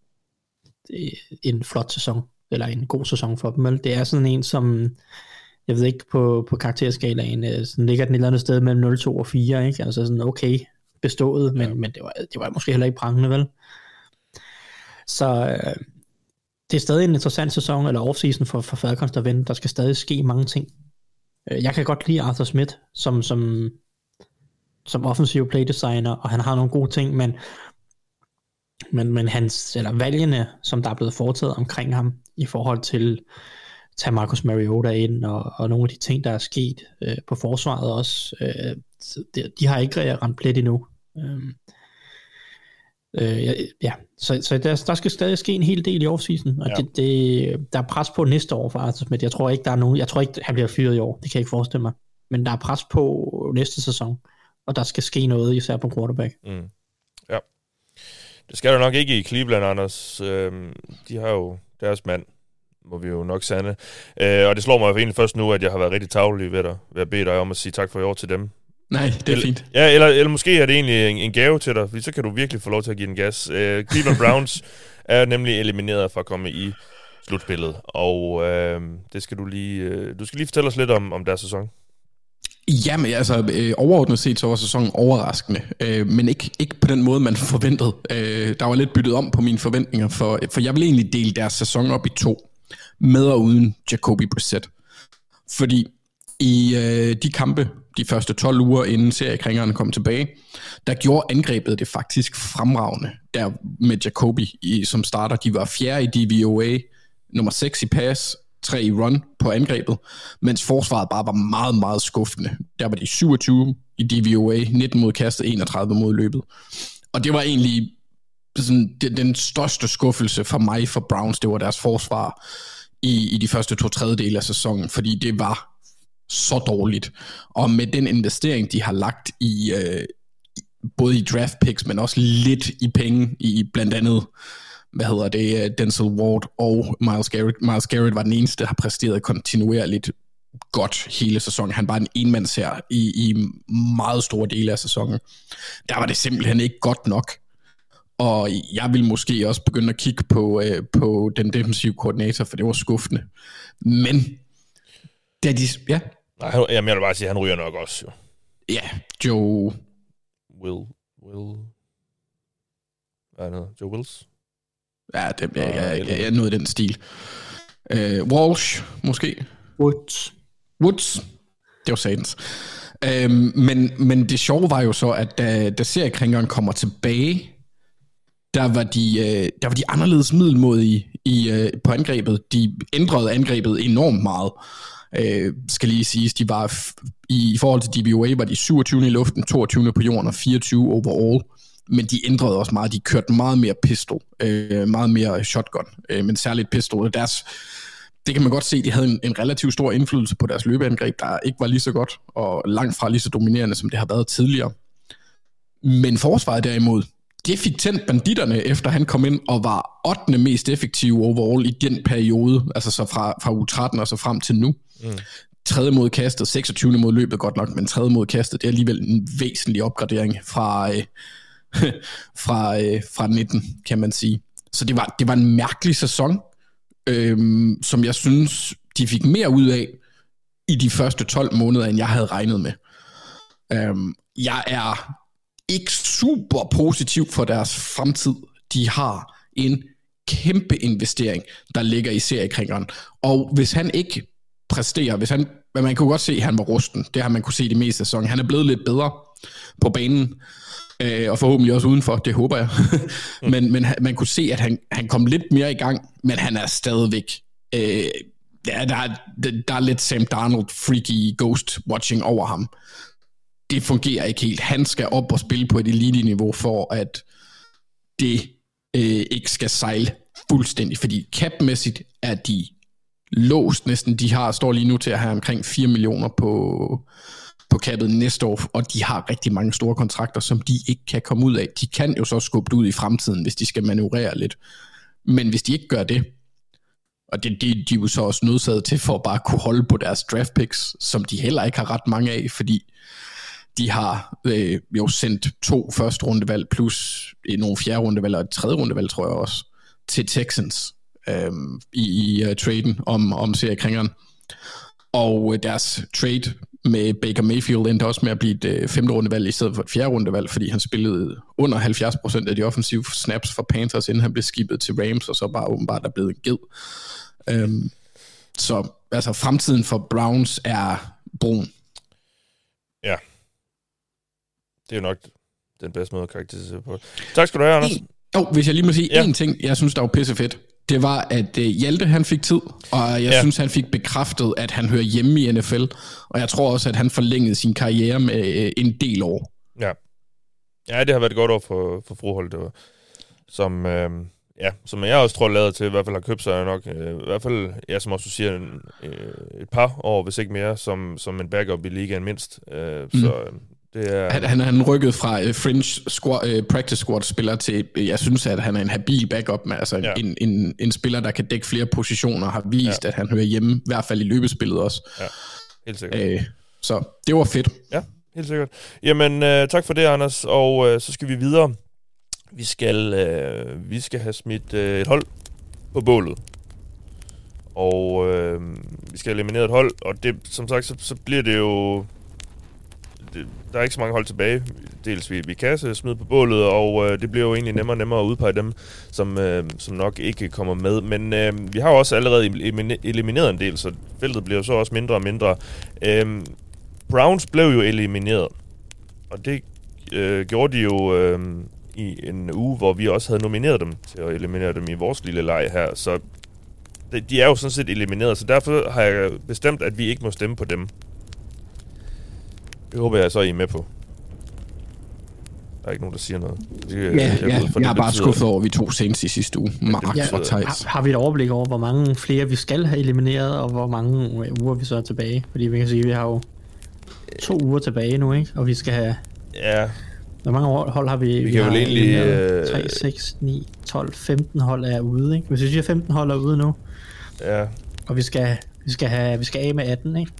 en flot sæson, eller en god sæson for dem. Det er sådan en, som, jeg ved ikke, på karakterskalaen, sådan ligger den et eller andet sted mellem 0, 2 og 4, ikke? Altså sådan okay bestået, men det var måske heller ikke prangende, vel? Så det er stadig en interessant sæson, eller offseason for Falcons, der venter. Der skal stadig ske mange ting. Jeg kan godt lide Arthur Smith, som offensiv playdesigner, og han har nogle gode ting, men valgene, som der er blevet foretaget omkring ham, i forhold til at tage Marcus Mariota ind, og nogle af de ting, der er sket på forsvaret også, de har ikke ramt plet endnu. Så der skal stadig ske en hel del i offseason, og der er pres på næste år for Arthur Smith. Jeg tror ikke, han bliver fyret i år. Det kan jeg ikke forestille mig. Men der er pres på næste sæson, og der skal ske noget, især på quarterback.
Ja. Det skal der nok ikke i Cleveland, Anders. De har jo deres mand, må vi jo nok sande. Og det slår mig jo egentlig først nu, at jeg har været rigtig tavlig ved at bede dig om at sige tak for i år til dem.
Nej, det er fint.
Ja, eller måske er det egentlig en gave til dig, fordi så kan du virkelig få lov til at give den gas. Cleveland Browns er nemlig elimineret fra at komme i slutspillet, og det skal du skal lige fortælle os lidt om deres sæson.
Jamen, altså overordnet set så var sæsonen overraskende, men ikke på den måde, man forventede. Der var lidt byttet om på mine forventninger, for jeg vil egentlig dele deres sæson op i 2, med og uden Jacoby Brissett. Fordi i de kampe, de første 12 uger inden seriekringerne kom tilbage, der gjorde angrebet det faktisk fremragende, der med Jacoby som starter. De var 4. i DVOA, nummer 6 i pass, 3 i run på angrebet, mens forsvaret bare var meget, meget skuffende. Der var de 27 i DVOA, 19 mod kastet, 31 mod løbet. Og det var egentlig sådan, den største skuffelse for mig for Browns, det var deres forsvar i de første 2/3 af sæsonen, fordi det var så dårligt. Og med den investering, de har lagt i både i draft picks, men også lidt i penge, i blandt andet Denzel Ward og Myles Garrett. Myles Garrett var den eneste, der har præsteret kontinuerligt godt hele sæsonen. Han var en enmandsher i meget store dele af sæsonen. Der var det simpelthen ikke godt nok. Og jeg vil måske også begynde at kigge på den defensive koordinator, for det var skuffende. Men da de... Ja.
Nej, jeg vil bare sige, at han ryger nok også, jo.
Ja, Joe...
Will... Hvad er det? Joe Wills?
Ja, jeg nåede den stil. Walsh, måske. Woods. Det var satans. Men det sjove var jo så, at da seriekringeren kommer tilbage, der var de anderledes middelmådige på angrebet. De ændrede angrebet enormt meget. Skal lige siges, de var i forhold til DVOA var de 27. i luften, 22. på jorden og 24 overall. Men de ændrede også meget. De kørte meget mere pistol, meget mere shotgun, men særligt pistol. Det kan man godt se, de havde en relativt stor indflydelse på deres løbeangreb, der ikke var lige så godt, og langt fra lige så dominerende, som det har været tidligere. Men forsvaret derimod, det fik tændt banditterne, efter han kom ind og var 8. mest effektiv overall i den periode, altså så fra uge 13 og så frem til nu. 3. mod kastet, 26. mod løbet godt nok, men 3. mod kastet, det er alligevel en væsentlig opgradering fra 19, kan man sige. Så det var en mærkelig sæson, som jeg synes, de fik mere ud af i de første 12 måneder, end jeg havde regnet med. Jeg er ikke super positiv for deres fremtid. De har en kæmpe investering, der ligger i seriekringeren. Og hvis han ikke præsterer, man kunne godt se, at han var rusten. Det har man kunne se det meste af sæsonen. Han er blevet lidt bedre på banen, og forhåbentlig også udenfor, det håber jeg. men man kunne se, at han kom lidt mere i gang, men han er stadigvæk... der er lidt Sam Darnold freaky ghost watching over ham. Det fungerer ikke helt. Han skal op og spille på et elite-niveau, for at det ikke skal sejle fuldstændig, fordi capmæssigt er de låst næsten. Står lige nu til at have omkring 4 millioner på kappet næste år, og de har rigtig mange store kontrakter, som de ikke kan komme ud af. De kan jo så skubbe ud i fremtiden, hvis de skal manøvrere lidt. Men hvis de ikke gør det, og de er jo så også nødsaget til for at bare kunne holde på deres draft picks, som de heller ikke har ret mange af, fordi de har jo sendt 2 første rundevalg plus nogle 4. rundevalg og et 3. rundevalg, tror jeg også, til Texans i traden om seriekringeren. Og deres trade med Baker Mayfield endte også med at blive et 5. rundevalg i stedet for et 4. rundevalg, fordi han spillede under 70% af de offensive snaps for Panthers, inden han blev skibet til Rams, og så bare åbenbart er blevet en ged. Så altså fremtiden for Browns er brun.
Ja. Det er jo nok den bedste måde at karakterisere på. Tak skal du have, Anders.
Hvis jeg lige må sige en ting, jeg synes, der var pissefedt. Det var, at Hjalte, han fik tid, og jeg synes, han fik bekræftet, at han hører hjemme i NFL, og jeg tror også, at han forlængede sin karriere med en del år.
Ja, det har været et godt år for Froholt, det var. Som jeg også tror lavet til, i hvert fald har købt sig nok, i hvert fald, som også siger, et par år, hvis ikke mere, som en backup i ligaen mindst. Så det er...
Han rykkede fra fringe practice squad spiller til, jeg synes, at han er en habil backup, med, altså en spiller, der kan dække flere positioner, har vist, at han hører hjemme, i hvert fald i løbespillet også. Ja,
helt sikkert.
Så det var fedt.
Ja, helt sikkert. Jamen, tak for det, Anders, og så skal vi videre. Vi skal have smidt et hold på bålet. Og vi skal eliminere et hold, og det, som sagt, så bliver det jo... Der er ikke så mange hold tilbage. Dels vi kan smide på bålet, og det bliver jo egentlig nemmere og nemmere at udpege dem, som nok ikke kommer med. Men vi har jo også allerede elimineret en del, så feltet bliver jo så også mindre og mindre. Browns blev jo elimineret, og det gjorde de jo i en uge, hvor vi også havde nomineret dem til at eliminere dem i vores lille leg her. Så de er jo sådan set elimineret, så derfor har jeg bestemt, at vi ikke må stemme på dem. Det håber jeg så, I er med på. Der er ikke nogen, der siger noget.
Jeg er bare skuffet over, at vi tog senest i sidste uge.
Har vi et overblik over, hvor mange flere vi skal have elimineret, og hvor mange uger vi så er tilbage? Fordi vi kan sige, at vi har jo 2 uger tilbage nu, ikke? Og vi skal have...
Ja.
Hvor mange hold har vi?
Vi kan jo egentlig...
3, 6, 9, 12, 15 hold er ude, ikke? Hvis vi siger 15 hold er ude nu.
Ja.
Og vi skal af med 18, ikke?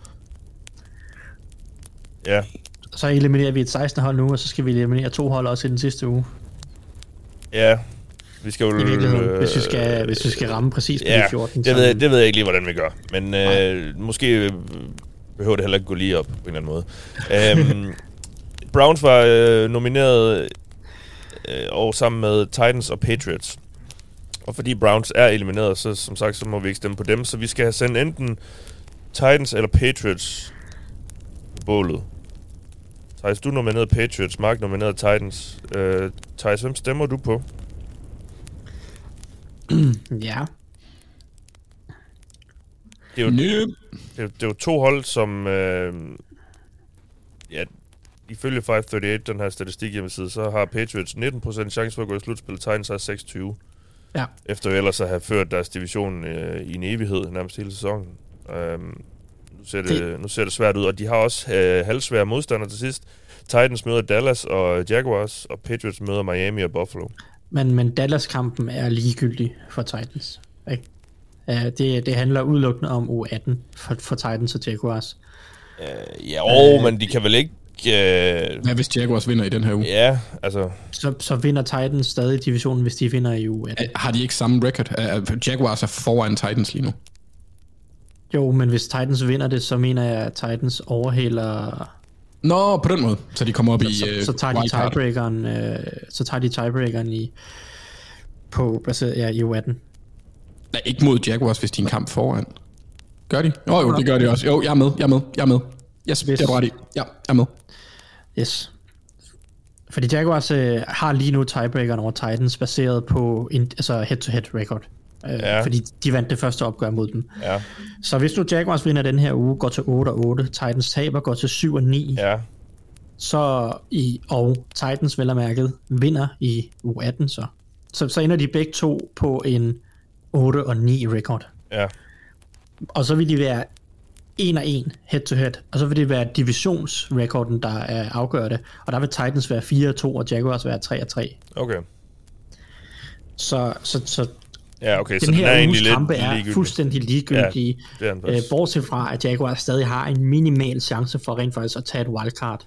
Ja.
Så eliminerer vi et 16 hold nu, og så skal vi eliminere 2 hold også i den sidste uge.
Ja. Vi skal jo...
I virkeligheden, hvis vi skal ramme præcis på de 14.
Det ved jeg ikke lige, hvordan vi gør. Men måske behøver det heller ikke gå lige op på en eller anden måde. Browns var nomineret og sammen med Titans og Patriots. Og fordi Browns er elimineret, så som sagt, så må vi ikke stemme på dem. Så vi skal have sendt enten Titans eller Patriots på bålet. Thijs, du nominerede Patriots, Mark nominerede Titans. Thijs, hvem stemmer du på?
Ja.
Det er jo 2 hold, som... ifølge 538, den her statistik hjemmeside, så har Patriots 19% chance for at gå i slutspil. Titans har 26.
Ja.
Efter ellers at have ført deres division i en evighed, nærmest hele sæsonen. Nu ser det svært ud, og de har også halvsvære modstandere til sidst. Titans møder Dallas og Jaguars, og Patriots møder Miami og Buffalo. Men
Dallas-kampen er ligegyldig for Titans, ikke? Det handler udelukkende om U18 for Titans og Jaguars.
Men de kan vel ikke...
Hvad hvis Jaguars vinder i den her uge?
Ja, altså...
Så vinder Titans stadig divisionen, hvis de vinder i U18.
Har de ikke samme record? Jaguars er foran Titans lige nu.
Jo, men hvis Titans vinder det, så mener jeg, at Titans overhælder...
Nå, på den måde. Så de kommer op i
så tager de tiebreakeren, i U18.
Nej, ikke mod Jaguars, hvis de er en kamp foran. Gør de? Jo, det gør de også. Jo, jeg er med. Yes, det er ret i. Ja, jeg er med.
Yes. Fordi Jaguars har lige nu tiebreakeren over Titans, baseret på head-to-head record. Fordi de vandt det første opgør mod dem.
Ja.
Så hvis nu Jaguars vinder den her uge, går til 8-8, Titans taber, går til 7-9, og Titans vel og mærket vinder i U18, så ender de begge to på en 8-9 record.
Ja.
Og så vil de være 1-1 head-to-head, og så vil det være divisionsrekorden, der er afgørende, og der vil Titans være 4-2, og Jaguars være 3-3.
Okay.
Så
ja, okay,
den
så
her
den
uges
er
kampe er
ligegyldig.
fuldstændig ligegyldige, bortset fra, at Jaguars stadig har en minimal chance for rent faktisk at tage et wildcard.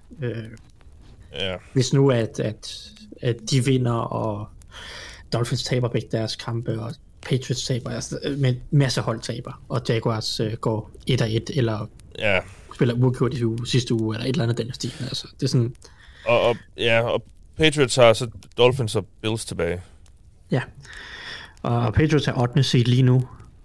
Hvis nu, at de vinder, og Dolphins taber begge deres kampe, og Patriots taber, altså med masse hold taber, og Jaguars går 1-1, eller spiller uafgjort i sidste uge, eller et eller andet den stil. Altså, det er sådan...
Og Patriots har så Dolphins og Bills tilbage.
Ja, og Patriots er 8. seed lige nu.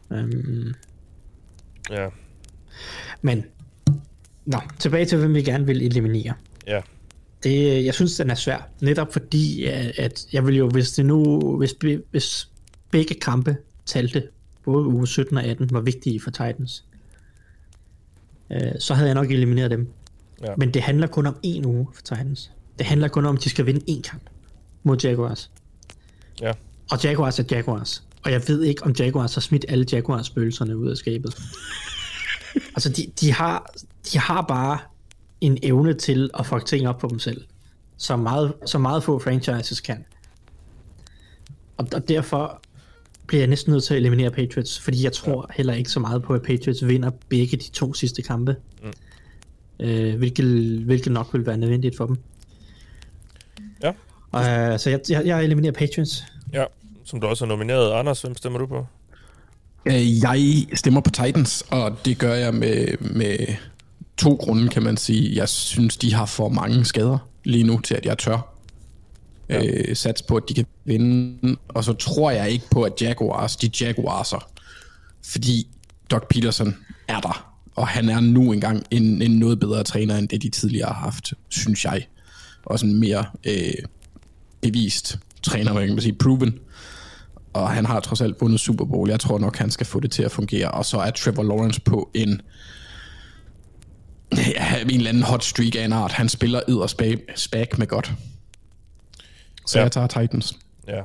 Ja. Men,
tilbage til, hvem vi gerne vil eliminere.
Ja.
Jeg synes, den er svær. Netop fordi, at jeg vil jo, hvis begge kampe talte, både uge 17 og 18, var vigtige for Titans, så havde jeg nok elimineret dem. Ja. Men det handler kun om en uge for Titans. Det handler kun om, at de skal vinde en kamp mod Jaguars.
Ja.
Og Jaguars er Jaguars. Og jeg ved ikke, om Jaguars har smidt alle Jaguars-spøgelserne ud af skabet. Altså, de har bare en evne til at fuck ting op på dem selv. Så meget få franchises kan. Og derfor bliver jeg næsten nødt til at eliminere Patriots, fordi jeg tror heller ikke så meget på, at Patriots vinder begge de 2 sidste kampe. Hvilket nok vil være nødvendigt for dem. Ja. Så jeg eliminerer Patriots.
Ja, som du også har nomineret. Anders, hvem stemmer du på?
Jeg stemmer på Titans, og det gør jeg med 2 grunde, kan man sige. Jeg synes, de har for mange skader lige nu til, at jeg tør sats på, at de kan vinde. Og så tror jeg ikke på, at Jaguarser, fordi Doug Peterson er der, og han er nu engang en noget bedre træner, end det de tidligere har haft, synes jeg. Også en mere bevist træner, man kan sige, proven. Og han har trods alt vundet Super Bowl. Jeg tror nok, han skal få det til at fungere. Og så er Trevor Lawrence på en eller anden hot streak af en art. Han spiller edderspag med godt. Så jeg tager Titans.
Ja.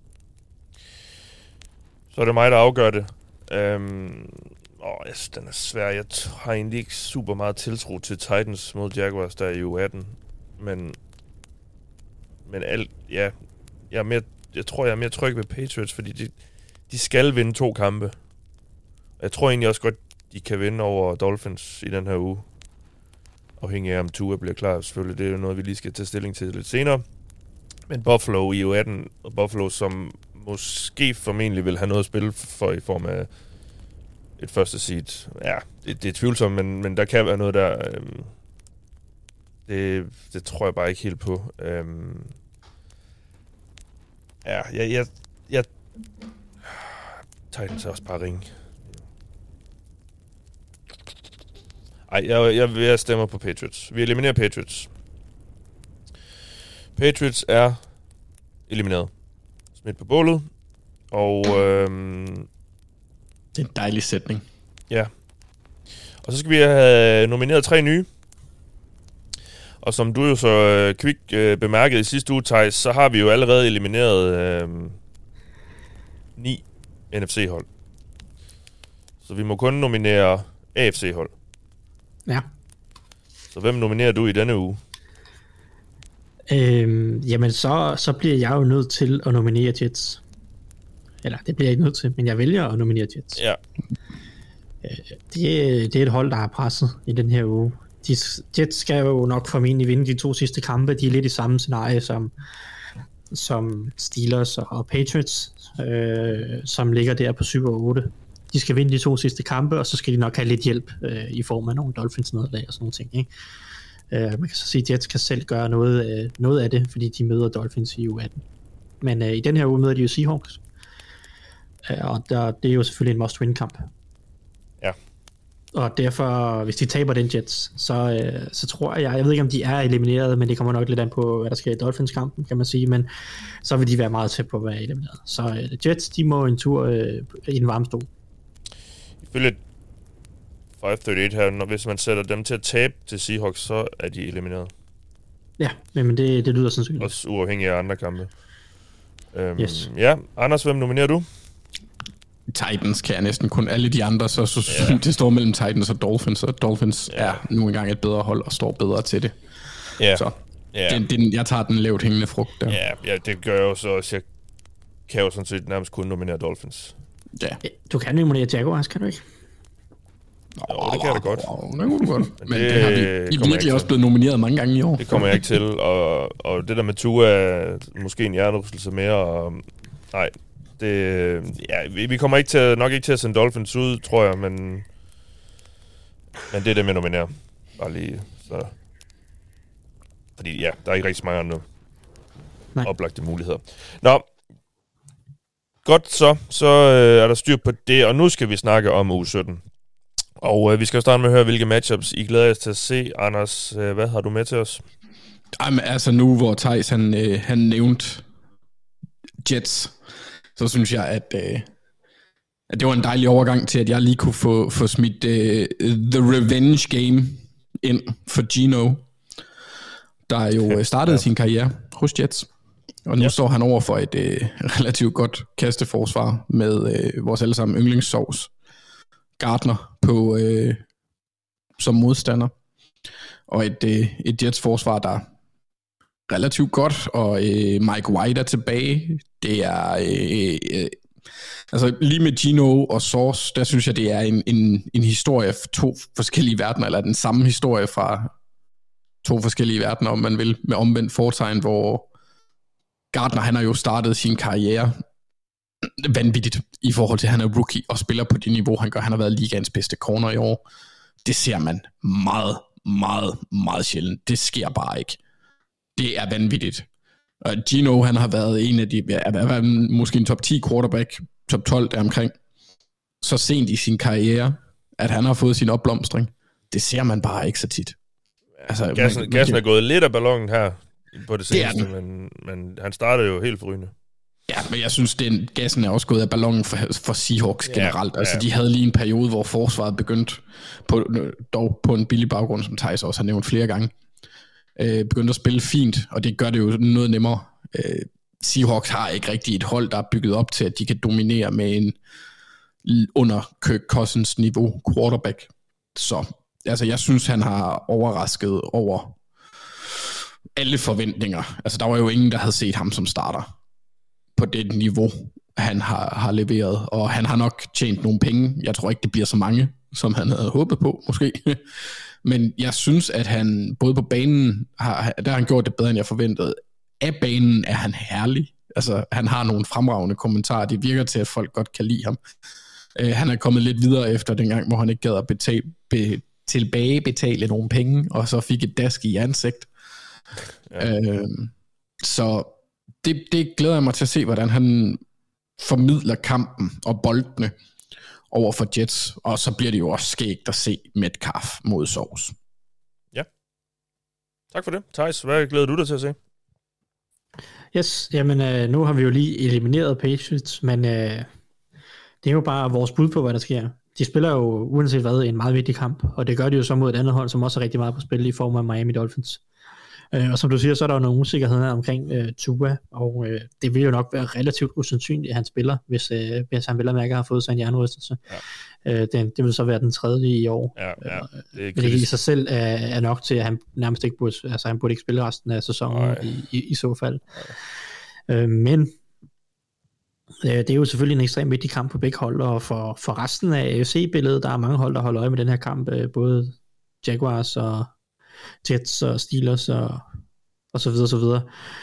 Så er det mig, der afgør det. Jeg synes, den er svær. Jeg har egentlig ikke super meget tiltro til Titans mod Jaguars, der er i uge 18. Men alt, ja. Jeg tror, jeg er mere tryg ved Patriots, fordi de skal vinde 2 kampe. Jeg tror egentlig også godt, de kan vinde over Dolphins i den her uge. Afhængig af, om Tua bliver klar, selvfølgelig. Det er jo noget, vi lige skal tage stilling til lidt senere. Men Buffalo i uge 18, og Buffalo, som måske formentlig vil have noget at spille for i form af et første seed. Ja, det er tvivlsomt, men der kan være noget der. Det tror jeg bare ikke helt på. Jeg Titans er også bare ringe. Jeg stemmer på Patriots. Vi eliminerer Patriots. Patriots er elimineret. Smidt på bålet. Og
det er en dejlig sætning.
Ja. Og så skal vi have nomineret 3 nye. Og som du jo så kvikt bemærkede i sidste uge, Thijs, så har vi jo allerede elimineret 9 NFC-hold. Så vi må kun nominere AFC-hold.
Ja.
Så hvem nominerer du i denne uge?
Jamen så bliver jeg jo nødt til at nominere Jets. Eller det bliver jeg ikke nødt til, men jeg vælger at nominere Jets.
Ja.
Det er et hold, der har presset i den her uge. Jets skal jo nok formentlig vinde de 2 sidste kampe. De er lidt i samme scenarie som Steelers og Patriots, som ligger der på 7 og 8. De skal vinde de 2 sidste kampe, og så skal de nok have lidt hjælp i form af nogle Dolphins nederlag og sådan nogle ting, ikke? Man kan så sige, at Jets kan selv gøre noget af det, fordi de møder Dolphins i uge 18. Men i den her uge møder de jo Seahawks. Og det er jo selvfølgelig en must-win-kamp.
Ja.
Og derfor, hvis de taber den Jets, så tror jeg ved ikke, om de er elimineret, men det kommer nok lidt an på, hvad der sker i Dolphins-kampen, kan man sige, men så vil de være meget tæt på at være elimineret. Så Jets, de må en tur i den varme stol.
Ifølge 538 her, hvis man sætter dem til at tabe til Seahawks, så er de elimineret.
Ja, men det lyder sandsynligt.
Også uafhængig af andre kampe.
Yes.
Ja, Anders, hvem nominerer du?
Titans kan jeg næsten kun. Alle de andre, så det står mellem Titans og Dolphins, og Dolphins er nu engang et bedre hold og står bedre til det. Så jeg tager den lavt hængende frugt der.
Ja, det gør jeg jo så også. Jeg kan jo sådan set nærmest kun nominere Dolphins.
Ja. Du kan nominere Jaguars, kan du ikke?
Jo, det kan jeg da godt.
Det kunne du godt. Men det har vi virkelig også blevet nomineret mange gange i år.
Det kommer jeg ikke til. Og det der med Tua er måske en hjernerystelse mere. Og, nej, vi kommer nok ikke til at sende Dolphins ud, tror jeg, men det er dem, jeg nominerer. Bare lige så. Fordi der er ikke rigtig mange andre oplagte muligheder. Nå, godt så er der styr på det, og nu skal vi snakke om uge 17. Og vi skal starte med at høre, hvilke matchups I glæder jer til at se. Anders, hvad har du med til os?
Jamen, altså nu, hvor Theis han nævnte Jets, så synes jeg, at det var en dejlig overgang til, at jeg lige kunne få smidt The Revenge Game ind for Gino, der jo startede sin karriere hos Jets. Og nu står han over for et relativt godt kasteforsvar med vores allesammen yndlingssovs Gardner på som modstander. Og et Jets forsvar, der er relativt godt, og Mike White er tilbage. Det er altså lige med Gino og Sauce, der synes jeg, det er en historie for to forskellige verdener, eller den samme historie fra to forskellige verdener, om man vil, med omvendt fortegn, hvor Gardner, han har jo startet sin karriere vanvittigt i forhold til, at han er rookie og spiller på det niveau, han gør. Han har været ligaens bedste corner i år. Det ser man meget, meget, meget sjældent. Det sker bare ikke. Det er vanvittigt. Og Gino, han har været en af de, måske en top 10 quarterback, top 12 der omkring, så sent i sin karriere, at han har fået sin opblomstring. Det ser man bare ikke så tit. Altså,
gassen er gået lidt af ballonen her på det seneste, men han startede jo helt forrygende.
Ja, men jeg synes, gassen er også gået af ballonen for Seahawks generelt. Altså, de havde lige en periode, hvor forsvaret begyndte, dog på en billig baggrund, som Theis også har nævnt flere gange, begyndte at spille fint, og det gør det jo noget nemmere. Seahawks har ikke rigtig et hold, der er bygget op til, at de kan dominere med en under Kirk Cousins niveau quarterback. Så altså, jeg synes, han har overrasket over alle forventninger. Altså, der var jo ingen, der havde set ham som starter på det niveau, han har leveret, og han har nok tjent nogle penge. Jeg tror ikke, det bliver så mange, som han havde håbet på, måske. Men jeg synes, at han, både på banen, der har han gjort det bedre, end jeg forventede. Af banen er han herlig. Altså, han har nogle fremragende kommentarer. Det virker til, at folk godt kan lide ham. Han er kommet lidt videre efter dengang, hvor han ikke gad at tilbagebetale nogle penge, og så fik et dask i ansigt. Ja. Så det glæder jeg mig til at se, hvordan han formidler kampen og boldene over for Jets, og så bliver det jo også skægt at se Metcalf mod Sauce.
Ja. Tak for det. Theis, hvad glæder du dig til at se?
Yes, jamen nu har vi jo lige elimineret Patriots, men det er jo bare vores bud på, hvad der sker. De spiller jo uanset hvad en meget vigtig kamp, og det gør de jo så mod et andet hold, som også er rigtig meget på spil i form af Miami Dolphins. Og som du siger, så er der jo nogle usikkerheder omkring Tua, og det vil jo nok være relativt usandsynligt, at han spiller, hvis han vel og mærke har fået sig en hjernerystelse. Ja. Det vil så være den tredje i år.
Ja.
Det i sig selv er nok til, at han nærmest ikke burde, altså han burde ikke spille resten af sæsonen i så fald. Men det er jo selvfølgelig en ekstremt vigtig kamp på begge hold, og for resten af AFC-billedet, der er mange hold, der holder øje med den her kamp, både Jaguars og Jets og Steelers og så videre, så videre.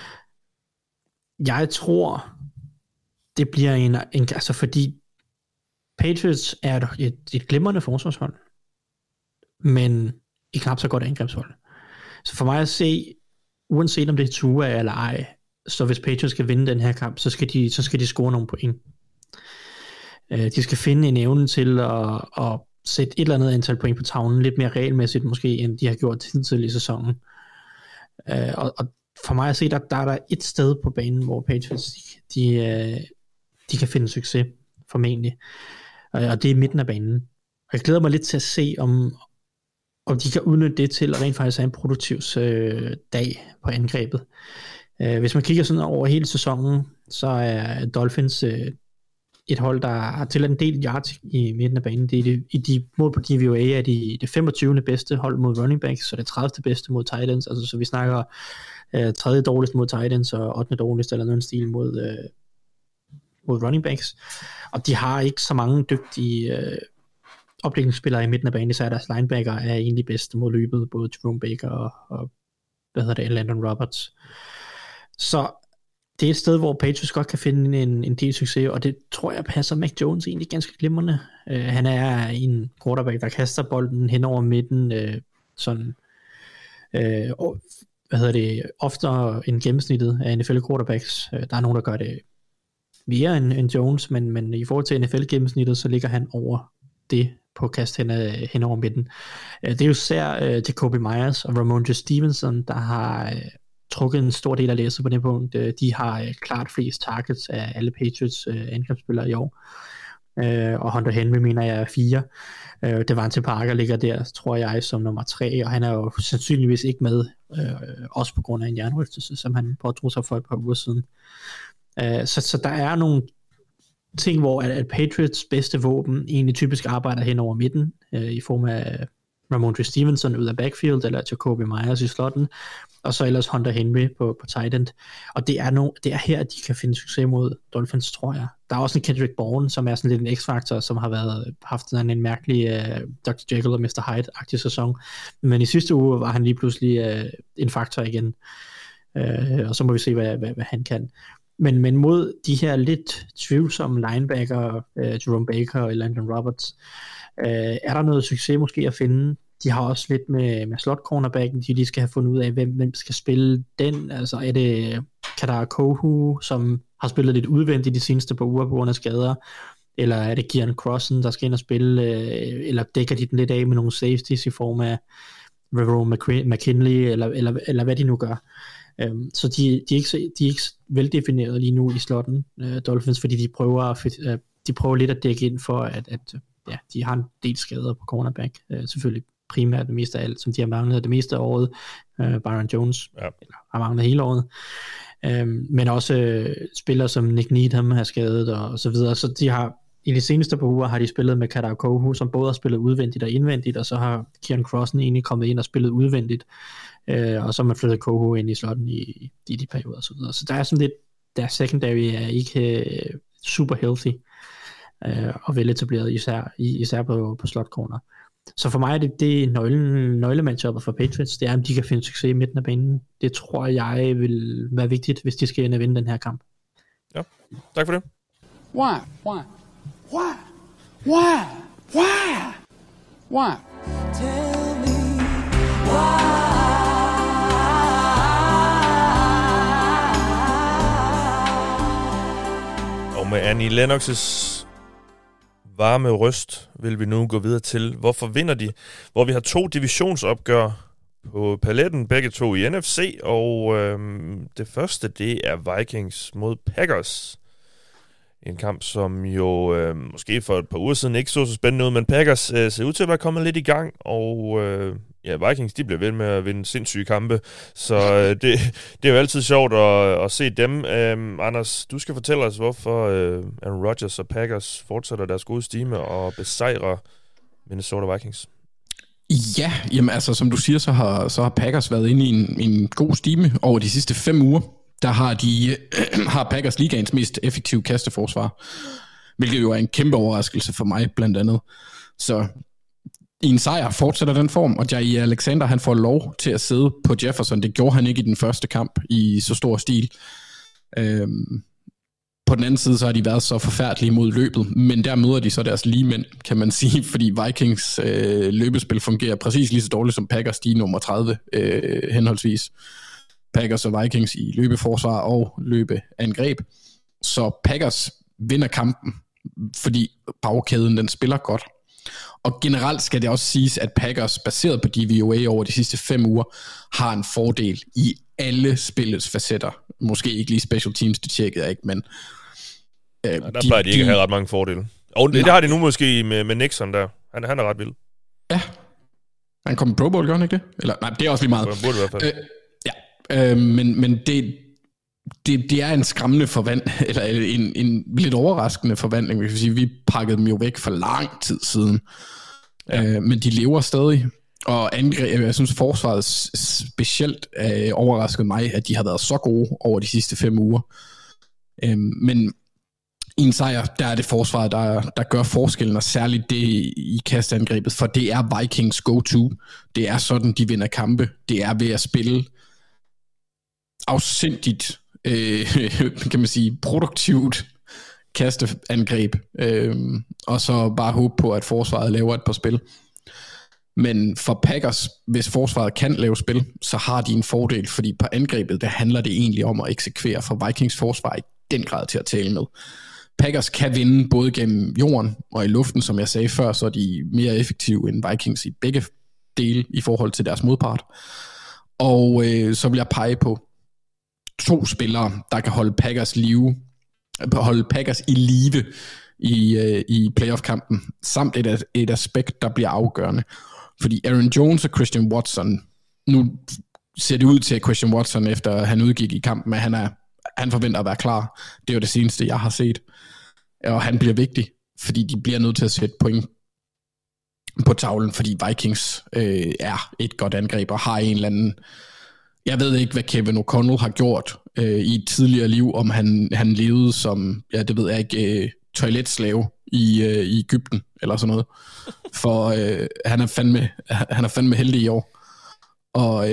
Jeg tror, det bliver en altså fordi Patriots er et glimrende forsvarshold, men et knap så godt angrebshold. Så for mig at se, uanset om det er Tua eller ej, så hvis Patriots skal vinde den her kamp, så skal de score nogle point. De skal finde en evne til at sætte et eller andet antal point på tavlen, lidt mere regelmæssigt måske, end de har gjort tidligere i sæsonen. Og for mig at se, der er der et sted på banen, hvor Patriots, de kan finde succes, formentlig. Og det er midten af banen. Og jeg glæder mig lidt til at se, om de kan udnytte det til at rent faktisk have en produktiv dag på angrebet. Hvis man kigger sådan over hele sæsonen, så er Dolphins et hold, der har til en del yards i midten af banen. I de mål på DVOA er det 25. bedste hold mod running backs, så det 30. bedste mod tight ends. Altså, så vi snakker 3. dårligst mod tight ends, og 8. dårligst eller noget stil mod running backs. Og de har ikke så mange dygtige opdækningsspillere i midten af banen, især deres linebacker er egentlig bedste mod løbet, både Jerome Baker og Landon Roberts. Så det er et sted, hvor Patriots godt kan finde en del succes, og det tror jeg passer Mac Jones egentlig ganske glimrende. Han er en quarterback, der kaster bolden hen over midten, oftere end gennemsnittet af NFL quarterbacks. Der er nogen, der gør det mere end Jones, men i forhold til NFL gennemsnittet, så ligger han over det på kast hen over midten. Det er jo især Jacoby Myers og Ramondre Stevenson, der har trukket en stor del af læsset på det punkt. De har klart flest targets af alle Patriots angrebsspillere i år. Og Hunter Henry mener jeg er 4. Devante Parker ligger der, tror jeg, som nummer 3, og han er jo sandsynligvis ikke med, også på grund af en hjernerystelse, som han pådrog sig for et par uger siden. Så der er nogle ting, hvor at Patriots bedste våben egentlig typisk arbejder hen over midten, i form af Ramondre Stevenson ud af backfield, eller Jacoby Myers i slotten, og så ellers Hunter Henry på tight end. Og det er her, at de kan finde succes mod Dolphins, tror jeg. Der er også en Kendrick Bourne, som er sådan lidt en x-faktor, som har haft sådan en mærkelig Dr. Jekyll og Mr. Hyde-agtig sæson. Men i sidste uge var han lige pludselig en faktor igen. Og så må vi se, hvad han kan. Men mod de her lidt tvivlsomme linebacker, Jerome Baker og Landon Roberts, er der noget succes måske at finde. De har også lidt med slot cornerbacken, de skal have fundet ud af, hvem skal spille den. Altså er det Kadar Kohu, som har spillet lidt udvendigt de seneste par uger på grund af skader, eller er det Kieran Crossen, der skal ind og spille, eller dækker de den lidt af med nogle safeties i form af Rivero McKinley, eller hvad de nu gør. Så de er ikke veldefineret lige nu i slotten, Dolphins, fordi de prøver lidt at dække ind for, at de har en del skader på cornerback, selvfølgelig primært det meste af alt, som de har manglet det meste af året. Byron Jones har manglet hele året. Men også spillere som Nick Needham har skadet og så videre. Så de har i de seneste par uger har de spillet med Kadar Kohu, som både har spillet udvendigt og indvendigt, og så har Kieran Crossen egentlig kommet ind og spillet udvendigt, og så har man flyttet Kohu ind i slotten i de perioder og så videre. Så der er sådan lidt, deres secondary er ikke super healthy og veletableret, især på slot corner. Så for mig er det nøglematchuppet for Patriots, det er, om de kan finde succes i midten af banen. Det tror jeg vil være vigtigt, hvis de skal ind og vinde den her kamp.
Ja, tak for det.
Why?
Tell me why.
Og med Annie Lennox's varme røst vil vi nu gå videre til, hvorfor vinder de? Hvor vi har 2 divisionsopgør på paletten, begge 2 i NFC, og det første, det er Vikings mod Packers. En kamp, som jo måske for et par uger siden ikke så spændende ud, men Packers ser ud til at være kommet lidt i gang, og Vikings, de bliver ved med at vinde sindssyge kampe, så det er jo altid sjovt at se dem. Anders, du skal fortælle os, hvorfor Aaron Rodgers og Packers fortsætter deres gode stime og besejrer Minnesota Vikings.
Ja, jamen altså, som du siger, så har Packers været inde i en god stime over de sidste 5 uger. Der har Packers ligaens mest effektive kasteforsvar, hvilket jo er en kæmpe overraskelse for mig, blandt andet. Så i en sejr fortsætter den form, og Jair Alexander, han får lov til at sidde på Jefferson. Det gjorde han ikke i den første kamp i så stor stil. På den anden side, så har de været så forfærdelige mod løbet, men der møder de så deres ligemænd, kan man sige, fordi Vikings løbespil fungerer præcis lige så dårligt som Packers, de nummer 30 henholdsvis. Packers og Vikings i løbeforsvar og løbeangreb. Så Packers vinder kampen, fordi powerkæden den spiller godt. Og generelt skal det også siges, at Packers, baseret på DVOA over de sidste 5 uger, har en fordel i alle spillets facetter. Måske ikke lige special teams, det tjekkede jeg ikke, men
der plejer de ikke at have ret mange fordele. Og det har de nu måske med Nixon der. Han er ret vild.
Ja. Han kom i Pro Bowl, gør han ikke det? Eller, nej, det er også lige meget.
Han burde i hvert fald.
Men det er en skræmmende eller en lidt overraskende forvandling. Vi kan sige, vi pakkede dem jo væk for lang tid siden. Ja. Men de lever stadig. Og jeg synes, forsvaret specielt overraskede mig, at de har været så gode over de sidste 5 uger. Men i en sejr, der er det forsvaret, der gør forskellen, og særligt det i kastangrebet, for det er Vikings go-to. Det er sådan, de vinder kampe. Det er ved at spille afsindigt, kan man sige, produktivt kasteangreb, og så bare håbe på, at forsvaret laver et par spil. Men for Packers, hvis forsvaret kan lave spil, så har de en fordel, fordi på angrebet, der handler det egentlig om at eksekvere, for Vikings forsvar i den grad til at tale med. Packers kan vinde både gennem jorden og i luften, som jeg sagde før, så er de mere effektive end Vikings i begge dele i forhold til deres modpart. Og så vil jeg pege på 2 spillere, der kan holde Packers i live i playoff-kampen, samt et aspekt, der bliver afgørende. Fordi Aaron Jones og Christian Watson, nu ser det ud til, at Christian Watson, efter han udgik i kampen, at han forventer at være klar. Det er jo det seneste, jeg har set. Og han bliver vigtig, fordi de bliver nødt til at sætte point på tavlen, fordi Vikings er et godt angreb og har en eller anden... Jeg ved ikke, hvad Kevin O'Connell har gjort i et tidligere liv, om han levede som, ja, det ved jeg ikke, toiletslave i Egypten, eller sådan noget. For han er fandme heldig i år. Og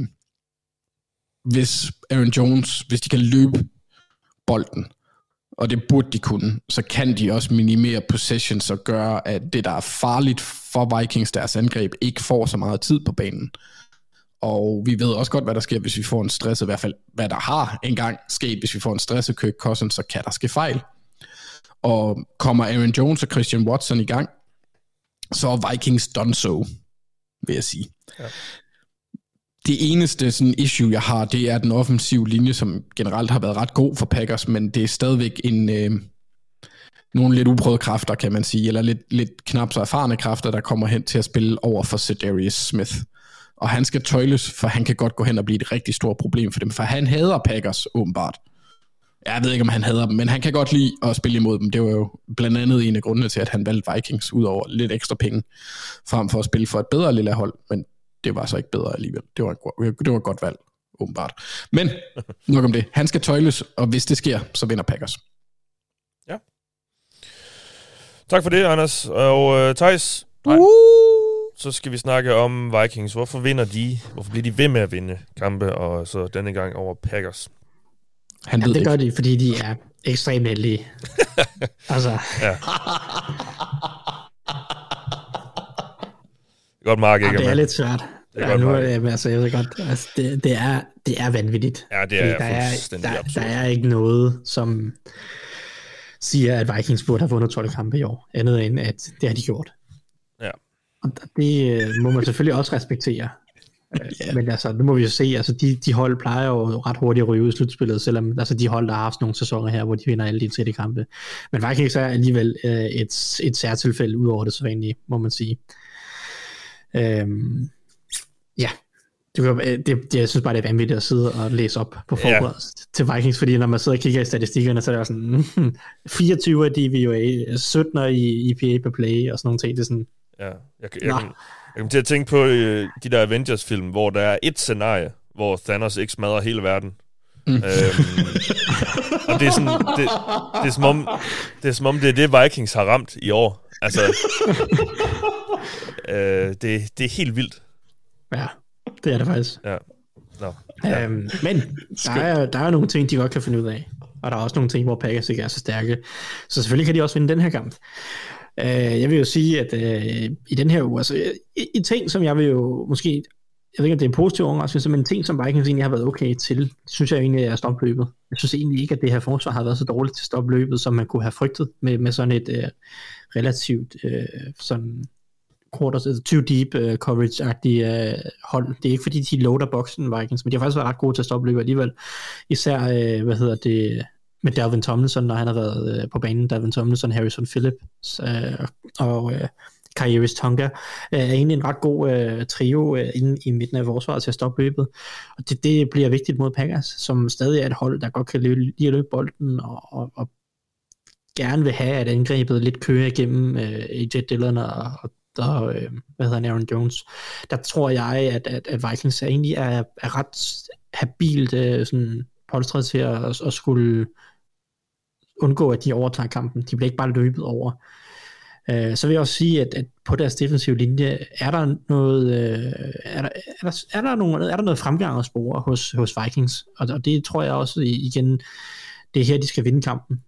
hvis Aaron Jones, hvis de kan løbe bolden, og det burde de kunne, så kan de også minimere possessions og gøre, at det, der er farligt for Vikings, deres angreb, ikke får så meget tid på banen. Og vi ved også godt, hvad der sker, hvis vi får en stresset, i hvert fald hvad der har engang sket, hvis vi får en stresset Kirk Cousins, så kan der ske fejl. Og kommer Aaron Jones og Christian Watson i gang, så er Vikings done so, vil jeg sige. Ja. Det eneste sådan issue, jeg har, det er den offensive linje, som generelt har været ret god for Packers, men det er stadigvæk nogle lidt uprøvede kræfter, kan man sige, eller lidt knap så erfarne kræfter, der kommer hen til at spille over for Za'Darius Smith. Og han skal tøjles, for han kan godt gå hen og blive et rigtig stort problem for dem, for han hader Packers åbenbart. Jeg ved ikke, om han hader dem, men han kan godt lide at spille imod dem. Det var jo blandt andet en af grundene til, at han valgte Vikings ud over lidt ekstra penge, frem for at spille for et bedre lille hold, men det var så ikke bedre alligevel. Det var et godt valg, åbenbart. Men nok om det. Han skal tøjles, og hvis det sker, så vinder Packers.
Ja. Tak for det, Anders. Og Theis, så skal vi snakke om Vikings. Hvorfor vinder de? Hvorfor bliver de ved med at vinde kampe, og så denne gang over Packers?
Det gør de, fordi de er ekstremt heldige. Altså.
Ja. Godt, Mark, ikke?
Det er lidt svært.
Det er godt,
Mark. Altså, jeg ved godt, altså, det er vanvittigt.
Ja, det er fuldstændig absurd.
Der er ikke noget, som siger, at Vikings burde have vundet 12 kampe i år, andet end at det har de gjort.
Ja.
Og det må man selvfølgelig også respektere. Yeah. Men altså, det må vi jo se, altså de hold plejer jo ret hurtigt at ryge ud i slutspillet, selvom altså de hold, der har haft nogle sæsoner her, hvor de vinder alle de 3 kampe. Men Vikings er alligevel et særtilfælde ud over det sædvanlige, må man sige. Ja, jeg synes bare, det er vanvittigt at sidde og læse op på forberedelse til Vikings, fordi når man sidder og kigger i statistikkerne, så er det sådan 24 af DVOA, 17 i EPA per play og sådan nogle ting. Det er sådan,
ja, jeg kan til at tænke på de der Avengers-film, hvor der er et scenarie, hvor Thanos ikke smadrer hele verden. Og det er sådan, det er som om det er det Vikings har ramt i år. Altså, det er helt vildt.
Ja, det er det faktisk.
Ja. No. Ja.
Men der er nogle ting, de godt kan finde ud af. Og der er også nogle ting, hvor Packers ikke er så stærke. Så selvfølgelig kan de også vinde den her kamp. Jeg vil jo sige, at i den her uge, altså en ting, som jeg vil jo måske, jeg ved ikke, om det er en positiv overraskelse, men en ting, som Vikings egentlig har været okay til, synes jeg egentlig er stopløbet. Jeg synes egentlig ikke, at det her forsvar har været så dårligt til stopløbet, som man kunne have frygtet med sådan et relativt sådan too deep coverage-agtigt hold. Det er ikke fordi, de loader boksen Vikings, men de har faktisk været ret gode til at stoppe løbet alligevel. Især, med Dalvin Tomlinson, når han har været på banen. Dalvin Tomlinson, Harrison Phillips og Khyiris Tonga er egentlig en ret god trio inde i midten af forsvaret til at stoppe løbet. Og det bliver vigtigt mod Packers, som stadig er et hold, der godt kan lige løbe bolden og gerne vil have, at angrebet lidt kører igennem AJ Dillon og Aaron Jones. Der tror jeg, at Vikings egentlig er ret habilt sådan polstret til at skulle undgå, at de overtager kampen. De bliver ikke bare løbet over. Så vil jeg også sige, at på deres defensive linje, er der noget fremgang at spore hos Vikings, og det tror jeg også igen, det er her, de skal vinde kampen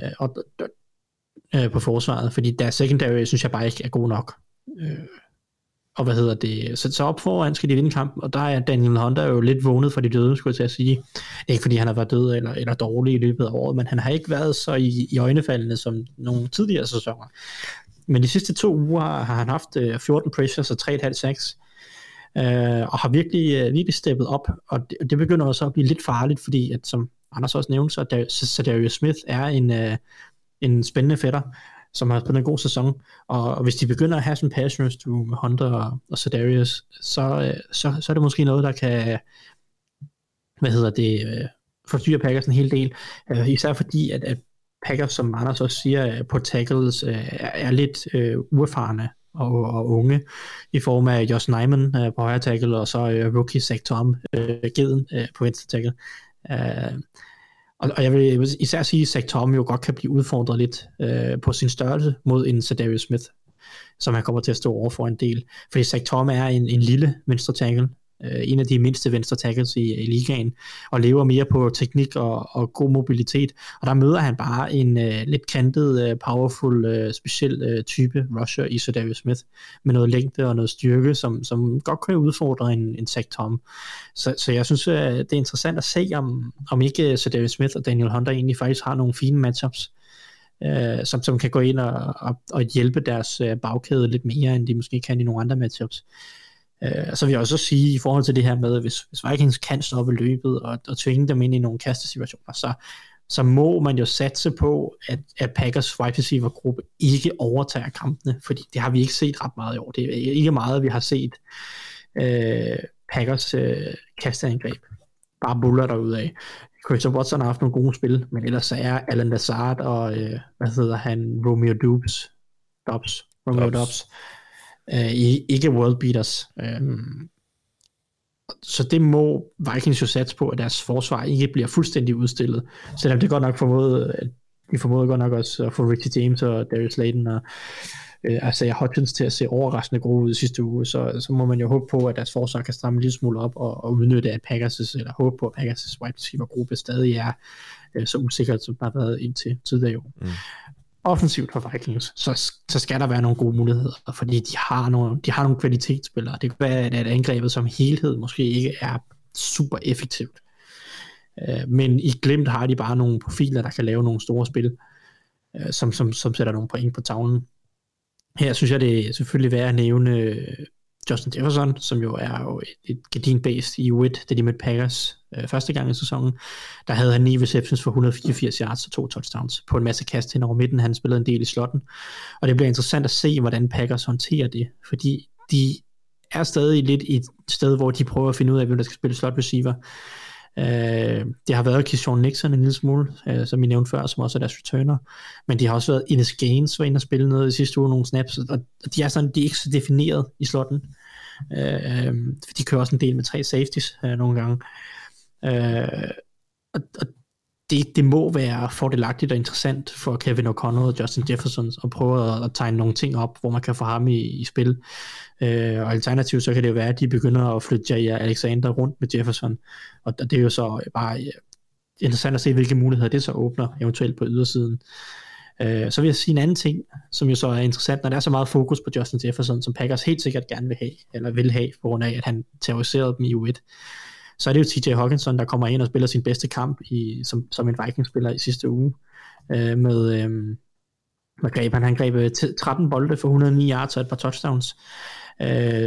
på forsvaret, fordi deres secondary, synes jeg bare ikke er god nok. Og så op foran skal de vinde kampen, og der er Daniel Hunter jo lidt vågnet for de døde, skulle jeg til at sige. Det er ikke fordi han har været død eller dårlig i løbet af året, men han har ikke været så i øjnefaldene som nogle tidligere sæsoner. Men de sidste 2 uger har han haft 14 pressures og 3,5 sacks, og har virkelig steppet op, og det begynder også at blive lidt farligt, fordi at, som Anders også nævnte, så Darius Smith er en spændende fætter, som har spillet en god sæson, og hvis de begynder at have sådan en pass rush med Hunter og Sedarius, så er det måske noget, der kan forstyrre Packers en hel del, især fordi, at Packers, som Anders også siger, på tackles er lidt uerfarne og unge, i form af Josh Nijman på højre tackle, og så rookie Zach Tom Geden på venstre tackle. Og jeg vil især sige, at Zach Tom jo godt kan blive udfordret lidt på sin størrelse mod en Sedarius Smith, som han kommer til at stå over for en del. Fordi Zach Tom er en lille venstre tackle, en af de mindste venstre tackles i ligaen, og lever mere på teknik og god mobilitet. Og der møder han bare en lidt kantet, powerful, speciel type rusher i Sedarius Smith, med noget længde og noget styrke, som godt kan udfordre en Zach Tom. Så jeg synes, det er interessant at se, om ikke Sedarius Smith og Daniel Hunter egentlig faktisk har nogle fine matchups, som kan gå ind og hjælpe deres bagkæde lidt mere, end de måske kan i nogle andre matchups. Så vil jeg også sige, i forhold til det her med, hvis Vikings kan stoppe løbet og tvinge dem ind i nogle kastesituationer, så må man jo satse på, at Packers wide receiver gruppe ikke overtager kampene, fordi det har vi ikke set ret meget i år. Det er ikke meget, vi har set Packers kasteangreb bare buller derudad. Christian Watson har haft nogle gode spil, men ellers så er Alan Lazard og Romeo Doubs ikke world beaters. Så det må Vikings jo satse på, at deres forsvar ikke bliver fuldstændig udstillet. Selvom det godt nok formåede godt nok også at få Richie James og Darius Slayton og Isaiah Hodgins til at se overraskende gode ud i sidste uge, så må man jo håbe på, at deres forsvar kan stramme en lille smule op og udnytte, at håbe på, at Packers' wide receiver gruppe stadig er så usikkert, som der har været indtil tidligere i år. Offensivt for Vikings, så skal der være nogle gode muligheder, fordi de har nogle kvalitetsspillere. Det kan være, at angrebet som helhed måske ikke er super effektivt. Men i Glimt har de bare nogle profiler, der kan lave nogle store spil, som sætter nogle point på tavlen. Her synes jeg, det er selvfølgelig værd at nævne Justin Jefferson, som jo er et gedint base i UIT, da de mødte Packers første gang i sæsonen. Der havde han 9 receptions for 184 yards og 2 touchdowns på en masse kast hen over midten. Han spillede en del i slotten, og det bliver interessant at se, hvordan Packers håndterer det, fordi de er stadig lidt i et sted, hvor de prøver at finde ud af, hvem der skal spille slot receiver. Det har været Keyshawn Nixon en lille smule, som I nævnte før, som også er deres returner, men de har også været Innes Gaines var inde og spille noget i sidste uge, nogle snaps, og de er ikke så defineret i slotten. De kører også en del med 3 safeties nogle gange, og det må være fordelagtigt og interessant for Kevin O'Connell og Justin Jefferson at prøve at tegne nogle ting op, hvor man kan få ham i spil. Og alternativt så kan det jo være, at de begynder at flytte Jair Alexander rundt med Jefferson, og det er jo så bare interessant at se, hvilke muligheder det så åbner, eventuelt på ydersiden. Så vil jeg sige en anden ting, som jo så er interessant, når der er så meget fokus på Justin Jefferson, som Packers helt sikkert gerne vil have, på grund af, at han terroriserede dem i U1. Så er det jo TJ Hawkinson, der kommer ind og spiller sin bedste kamp som en Vikings-spiller i sidste uge. Han greb 13 bolde for 109 yards og et par touchdowns.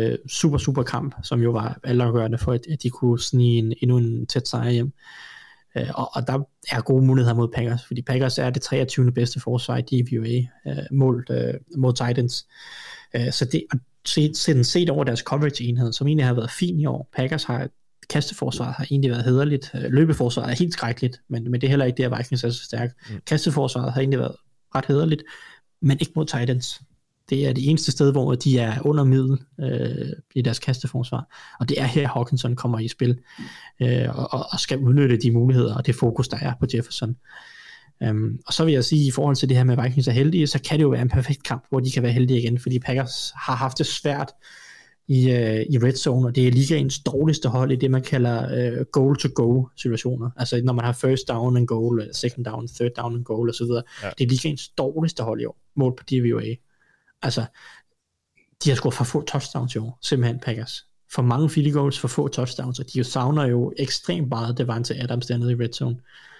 Super kamp, som jo var altafgørende for, at de kunne snige endnu en tæt sejr hjem. Og der er gode muligheder mod Packers, fordi Packers er det 23. bedste forsvar i DVOA mod Titans. Så det set over deres coverage-enhed, som egentlig har været fin i år. Packers har kasteforsvaret har egentlig været hæderligt. Løbeforsvaret er helt skrækkeligt, men det er heller ikke det, at Vikings er så stærkt. Kasteforsvaret har egentlig været ret hæderligt, men ikke mod Titans. Det er det eneste sted, hvor de er under middel i deres kasteforsvar. Og det er her, Hawkinson kommer i spil og skal udnytte de muligheder og det fokus, der er på Jefferson. Og så vil jeg sige, i forhold til det her med Vikings er heldige, så kan det jo være en perfekt kamp, hvor de kan være heldige igen, fordi Packers har haft det svært i red zone, og det er ligaens dårligste hold i det, man kalder goal-to-go-situationer. Altså når man har first down and goal, second down, third down and goal osv. Ja. Det er ligaens dårligste hold i år, mål på DVOA. Altså, de har scoret for få touchdowns i år, simpelthen Packers. For mange field goals, for få touchdowns, og de savner jo ekstremt meget Davante Adams dernede i red zone.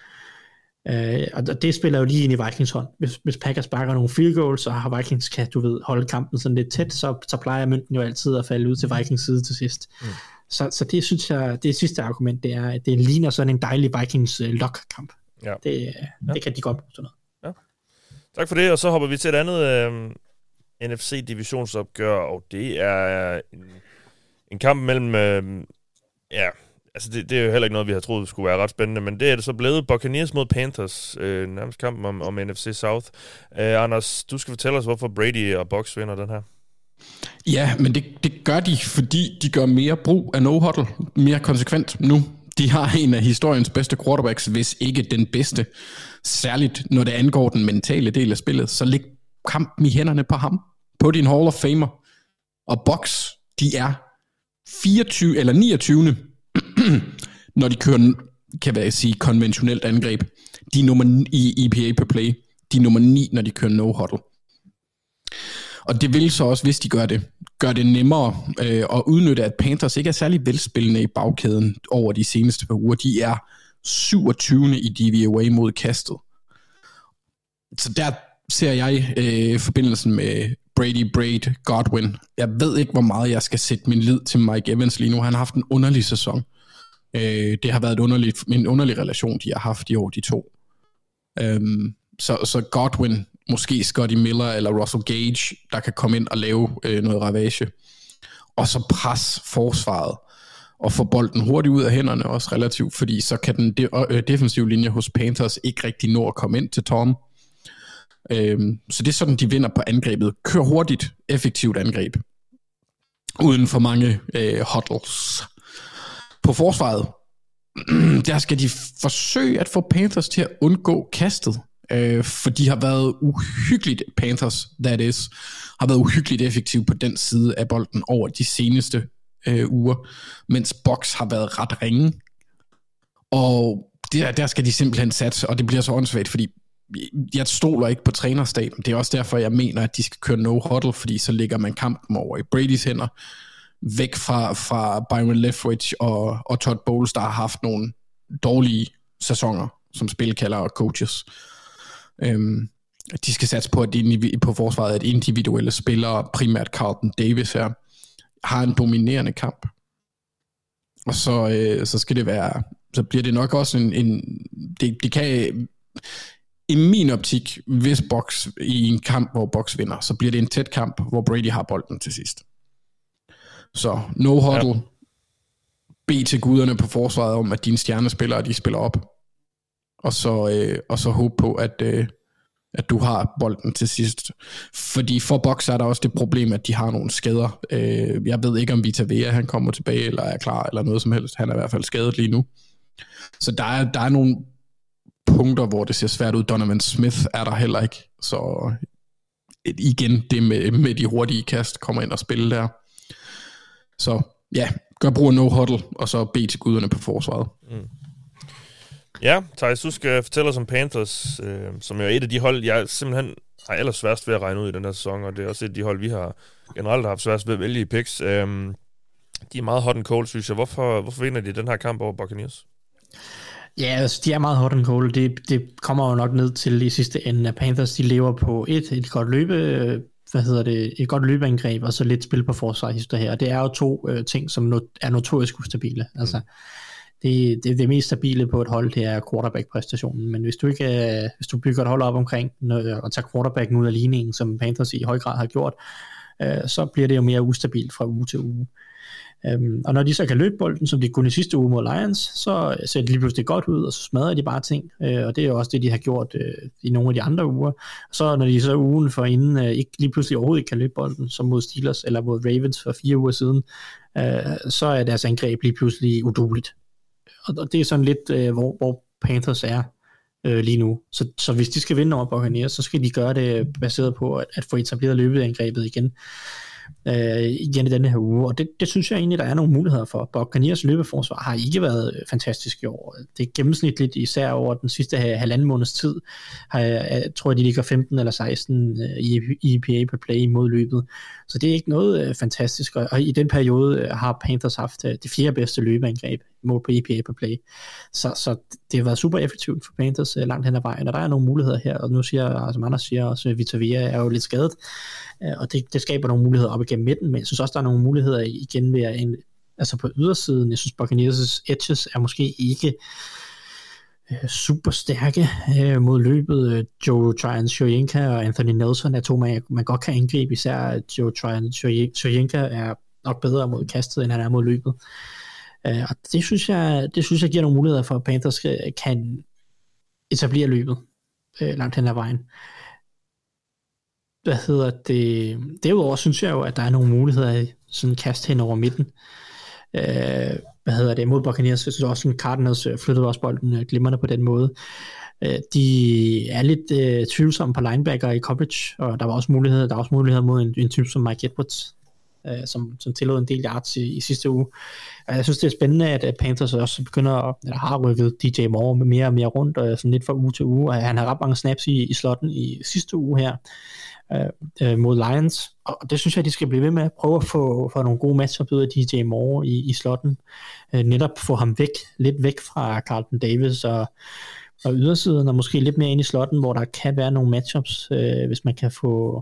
Og det spiller jo lige ind i Vikings hånd. Hvis Packers bakker nogle field goals, så har Vikings kan, holde kampen sådan lidt tæt, så plejer mønten jo altid at falde ud til Vikings side til sidst. Så det synes jeg, det sidste argument, det er, at det ligner sådan en dejlig Vikings lock-kamp. Ja. Det kan de godt bruge sådan noget. Ja.
Tak for det, og så hopper vi til et andet NFC-divisionsopgør, og det er en kamp mellem, altså det er jo heller ikke noget, vi har troet skulle være ret spændende, men det er det så blevet. Buccaneers mod Panthers, nærmest kampen om NFC South. Anders, du skal fortælle os, hvorfor Brady og Bucs vinder den her.
Ja, men det gør de, fordi de gør mere brug af no-huddle, mere konsekvent nu. De har en af historiens bedste quarterbacks, hvis ikke den bedste. Særligt når det angår den mentale del af spillet, så læg kampen i hænderne på ham, på din Hall of Famer. Og Bucs, de er 24 eller 29. når de kører, kan jeg sige, konventionelt angreb. De er nummer i EPA per play. De er nummer 9, når de kører no-huddle. Og det vil så også, hvis de gør det nemmere at udnytte, at Panthers ikke er særlig velspillende i bagkæden over de seneste par uger. De er 27. i DVOA mod kastet. Så der ser jeg forbindelsen med Brady, Braid, Godwin. Jeg ved ikke, hvor meget jeg skal sætte min lid til Mike Evans lige nu. Han har haft en underlig sæson. Det har været en underlig relation, de har haft i år, de to. Så Godwin, måske Scotty Miller eller Russell Gage, der kan komme ind og lave noget ravage. Og så pres forsvaret og få bolden hurtigt ud af hænderne også relativt, fordi så kan den defensive linje hos Panthers ikke rigtig nå at komme ind til Tom. Så det er sådan, de vinder på angrebet. Kør hurtigt, effektivt angreb. Uden for mange huddles. På forsvaret, der skal de forsøge at få Panthers til at undgå kastet. For de har været uhyggeligt, Panthers, har været uhyggeligt effektiv på den side af bolden over de seneste uger, mens Bucs har været ret ringe. Og der skal de simpelthen satse, og det bliver så åndssvagt, fordi jeg stoler ikke på trænerstaben. Det er også derfor, jeg mener, at de skal køre no-huddle, fordi så ligger man kampen over i Bradys hænder, væk fra Byron Leftwich og Todd Bowles, der har haft nogle dårlige sæsoner som spilkalder og coaches. De skal satse på, at på forsvaret, at individuelle spillere, primært Carlton Davis her, har en dominerende kamp. Og så skal det være, så bliver det nok også det kan, i min optik, hvis Bucs i en kamp, hvor Bucs vinder, så bliver det en tæt kamp, hvor Brady har bolden til sidst. Så no huddle, ja. Bed til guderne på forsvaret om, at dine stjernespillere, de spiller op. Og så håbe på, at du har bolden til sidst. Fordi for Bucs er der også det problem, at de har nogle skader. Jeg ved ikke, om Vita Vea, han kommer tilbage, eller er klar, eller noget som helst. Han er i hvert fald skadet lige nu. Så der er nogle punkter, hvor det ser svært ud. Donovan Smith er der heller ikke. Så igen, det med de hurtige kast kommer ind og spille der. Så ja, gør brug af no huddle, og så bed til guderne på forsvaret.
Ja, Thijs, du skal fortælle os om Panthers, som jo er et af de hold, jeg simpelthen har allersværst ved at regne ud i den her sæson, og det er også et af de hold, vi har generelt haft sværest ved at vælge i picks. De er meget hot and cold, synes jeg. Hvorfor vinder de den her kamp over Buccaneers?
Ja, altså, de er meget hot and cold. Det kommer jo nok ned til i sidste ende, at Panthers, de lever på et godt et godt løbeangreb, og så lidt spil på forsvarshistorie her. Det er jo to ting, som er notorisk ustabile. Altså, det mest stabile på et hold, det er quarterback-præstationen, men hvis du bygger et hold op omkring og tager quarterbacken ud af ligningen, som Panthers i høj grad har gjort, så bliver det jo mere ustabilt fra uge til uge. Og når de så kan løbe bolden, som de kunne i sidste uge mod Lions, så ser det lige pludselig godt ud, og så smadrer de bare ting, og det er jo også det, de har gjort i nogle af de andre uger. Så når de så ugen for inden ikke lige pludselig overhovedet ikke kan løbe bolden, som mod Steelers eller mod Ravens for 4 uger siden, så er deres angreb lige pludselig udueligt. Og det er sådan lidt, hvor Panthers er lige nu. Så hvis de skal vinde over Buccaneers, så skal de gøre det baseret på at få etableret løbeangrebet igen i denne her uge, og det synes jeg egentlig, der er nogle muligheder for. Buccaneers løbeforsvar har ikke været fantastisk i år. Det er gennemsnitligt, især over den sidste halvanden måneds tid, tror jeg, de ligger 15 eller 16 i EPA per play mod løbet. Så det er ikke noget fantastisk, og i den periode har Panthers haft det 4. bedste løbeangreb mål på EPA per play. Så det har været super effektivt for Panthers langt hen ad vejen, og der er nogle muligheder her, og nu siger, som andre siger, også Vita Vea er jo lidt skadet, og det skaber nogle muligheder op igennem midten, men jeg synes også, der er nogle muligheder igen ved altså på ydersiden. Jeg synes, Buccaneers' edges er måske ikke super stærke mod løbet. Joe Tryon-Shoyinka og Anthony Nelson er to, man godt kan angribe, især Joe Tryon-Shoyinka er nok bedre mod kastet, end han er mod løbet. Og det synes jeg giver nogle muligheder for, at Panthers kan etablere løbet langt hen ad vejen. Derudover synes jeg jo, at der er nogle muligheder i sådan kast hen over midten. Mod Buccaneers, jeg synes også, at Cardinals flyttede også bolden glimrende på den måde. De er lidt tvivlsomme på linebacker i coverage, og der er også muligheder mod en type som Mike Edwards, som tillod en del yards i sidste uge. Og jeg synes, det er spændende, at Panthers også har rykket DJ Moore mere og mere rundt, sådan lidt fra uge til uge, og han har ret mange snaps i slotten i sidste uge her mod Lions, og det synes jeg, de skal blive ved med at prøve at få nogle gode matchups ud af DJ Moore i slotten, netop få ham lidt væk fra Carlton Davis og ydersiden, og måske lidt mere ind i slotten, hvor der kan være nogle matchups, hvis man kan få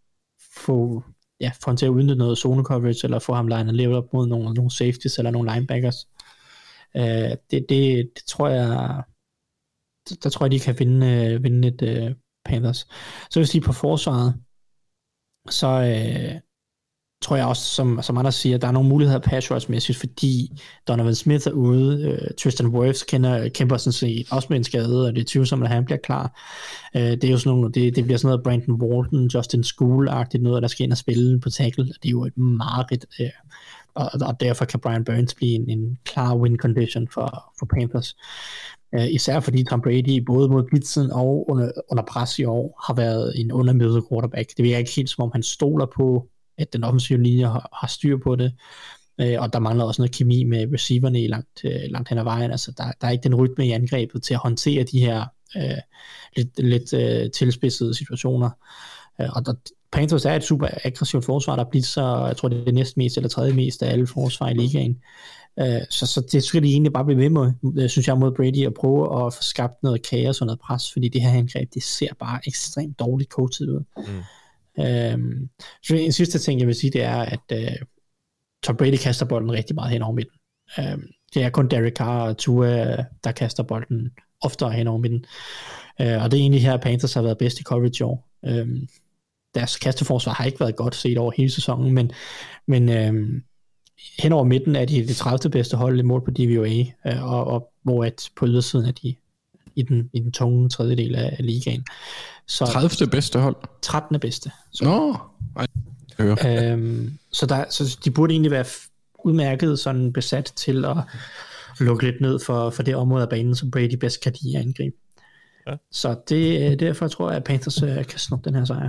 ham til at udnytte noget zone coverage, eller få ham lined level op mod nogle safeties eller nogle linebackers. Det tror jeg, der tror jeg, de kan vinde et Panthers. Så vil jeg sige, på forsvaret, så tror jeg også, som andre siger, der er nogle muligheder pass rush-mæssigt, fordi Donovan Smith er ude, Tristan Wirfs kæmper sådan set også med en skade, og det er tvivlsomt, at han bliver klar. Det er jo sådan nogle, det bliver sådan noget Brandon Walton, Justin School-agtigt noget, der skal ind og spille på tackle, og det er jo et mareridt, og derfor kan Brian Burns blive en klar win condition for Panthers. Især fordi Tom Brady både mod blitzen og under pres i år har været en undermiddlet quarterback. Det virker ikke helt som om han stoler på, at den offensive linje har styr på det, og der mangler også noget kemi med receiverne i langt hen ad vejen. Altså der er ikke den rytme i angrebet til at håndtere de her lidt tilspidsede situationer. Og Panthers er et super aggressivt forsvar, der blitzer, jeg tror det er det næstmest eller tredje mest af alle forsvar i ligaen. Så det skal de egentlig bare blive ved med, synes jeg, mod Brady, at prøve at få skabt noget kaos og noget pres, fordi det her angreb, det ser bare ekstremt dårligt coachet ud. Så en sidste ting, jeg vil sige, det er, at Tom Brady kaster bolden rigtig meget hen over midten. Det er kun Derek Carr og Tua, der kaster bolden oftere hen over midten. Og det er egentlig her, Panthers har været bedst i coverage i år. Deres kasteforsvar har ikke været godt set over hele sæsonen, men hen over midten er de det 30. bedste hold i mål på DVOA, og hvor at på ydersiden er de i den tunge tredjedel af ligaen. Så
30. bedste hold?
13. bedste. Så de burde egentlig være udmærket sådan besat til at lukke lidt ned for det område af banen, som Brady bedst kan lide at angribe. Ja. Så derfor tror jeg, at Panthers kan snuppe den her sejr.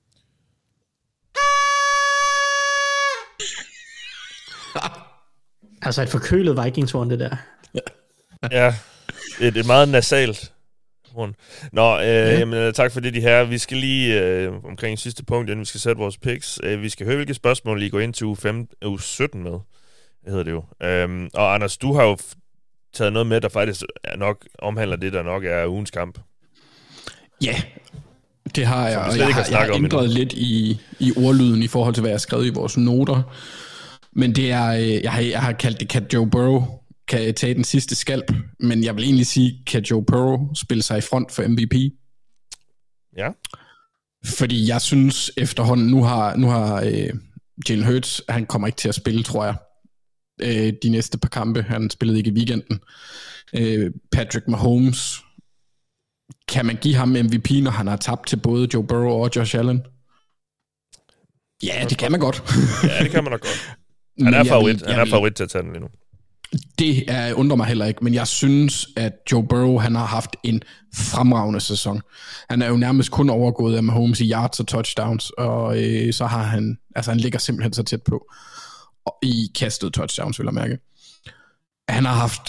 Altså et forkølet Vikings-horn, det der.
Ja, et meget nasalt horn. Nå, jamen, tak for det, de her. Vi skal lige omkring sidste punkt, inden vi skal sætte vores picks. Vi skal høre, hvilke spørgsmål I går ind til uge 17 med. Det hedder det jo. Og Anders, du har jo taget noget med, der faktisk nok omhandler det, der nok er ugens kamp.
Ja, det har jeg. Og jeg har ændret lidt i ordlyden i forhold til, hvad jeg har skrevet i vores noter. Men det er, jeg har kaldt det Cat Joe Burrow kan tage den sidste skalp, men jeg vil egentlig sige, kan Joe Burrow spille sig i front for MVP?
Ja.
Fordi jeg synes efterhånden, nu har Jalen Hurts, han kommer ikke til at spille, tror jeg, de næste par kampe. Han spillede ikke i weekenden. Patrick Mahomes, kan man give ham MVP, når han har tabt til både Joe Burrow og Josh Allen? Ja, det kan man godt.
Ja, det kan man nok godt. Han er favorit til at tage den lige nu.
Det undrer mig heller ikke, men jeg synes, at Joe Burrow, han har haft en fremragende sæson. Han er jo nærmest kun overgået af Mahomes i yards og touchdowns, og så har han ligger simpelthen så tæt på, og i kastet touchdowns, vil jeg mærke. Han har haft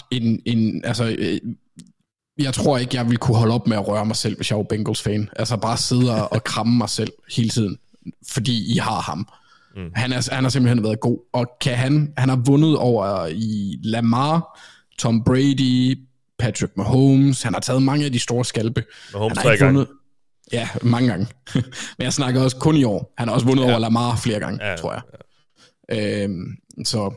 jeg tror ikke, jeg ville kunne holde op med at røre mig selv, hvis jeg var Bengals-fan. Altså bare sidde og kramme mig selv hele tiden, fordi I har ham. Han har simpelthen været god, og han har vundet over i Lamar, Tom Brady, Patrick Mahomes. Han har taget mange af de store skalpe.
Mahomes 3 gange.
Ja, mange gange. Men jeg snakker også kun i år. Han har også vundet over Lamar flere gange, tror jeg. Ja. Så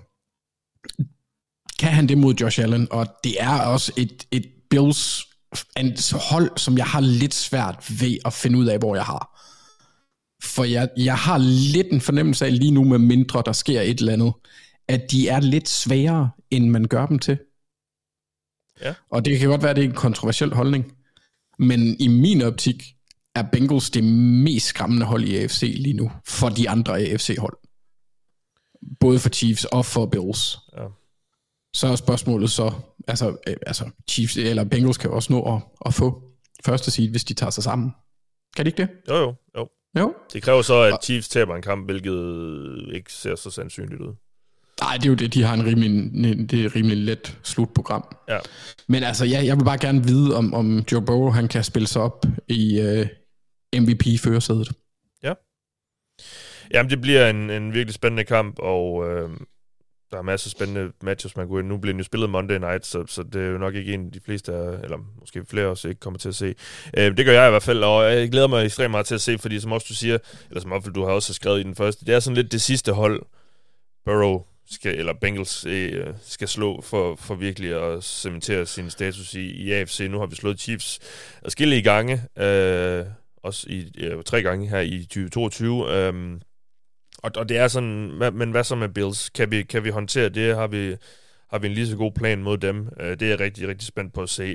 kan han det mod Josh Allen, og det er også et Bills hold, som jeg har lidt svært ved at finde ud af, hvor jeg har. For jeg har lidt en fornemmelse af lige nu, med mindre der sker et eller andet, at de er lidt sværere, end man gør dem til.
Ja.
Og det kan godt være, at det er en kontroversiel holdning. Men i min optik er Bengals det mest skræmmende hold i AFC lige nu, for de andre AFC-hold. Både for Chiefs og for Bills. Ja. Så er spørgsmålet så, altså Chiefs eller Bengals kan også nå at få første seed, hvis de tager sig sammen. Kan de ikke det?
Jo. Det kræver så, at Chiefs taber en kamp, hvilket ikke ser så sandsynligt ud. Nej,
det er jo det. De har en rimelig let slutprogram.
Ja.
Men altså, jeg vil bare gerne vide, om Joe Burrow, han kan spille sig op i MVP-førersædet.
Ja. Jamen, det bliver en virkelig spændende kamp, og der er masser af spændende matches, man går ind. Nu bliver den jo spillet Monday Night, så det er jo nok ikke en, de fleste eller måske flere også ikke kommer til at se. Det gør jeg i hvert fald, og jeg glæder mig ekstremt meget til at se, fordi som også du siger, eller som også du har også skrevet i den første, det er sådan lidt det sidste hold, Burrow eller Bengals skal slå for virkelig at cementere sin status i AFC. Nu har vi slået Chiefs adskillige gange, også 3 gange her i 2022, og det er sådan, men hvad så med Bills? Kan vi håndtere det? Har vi en lige så god plan mod dem? Det er jeg rigtig, rigtig spændt på at se.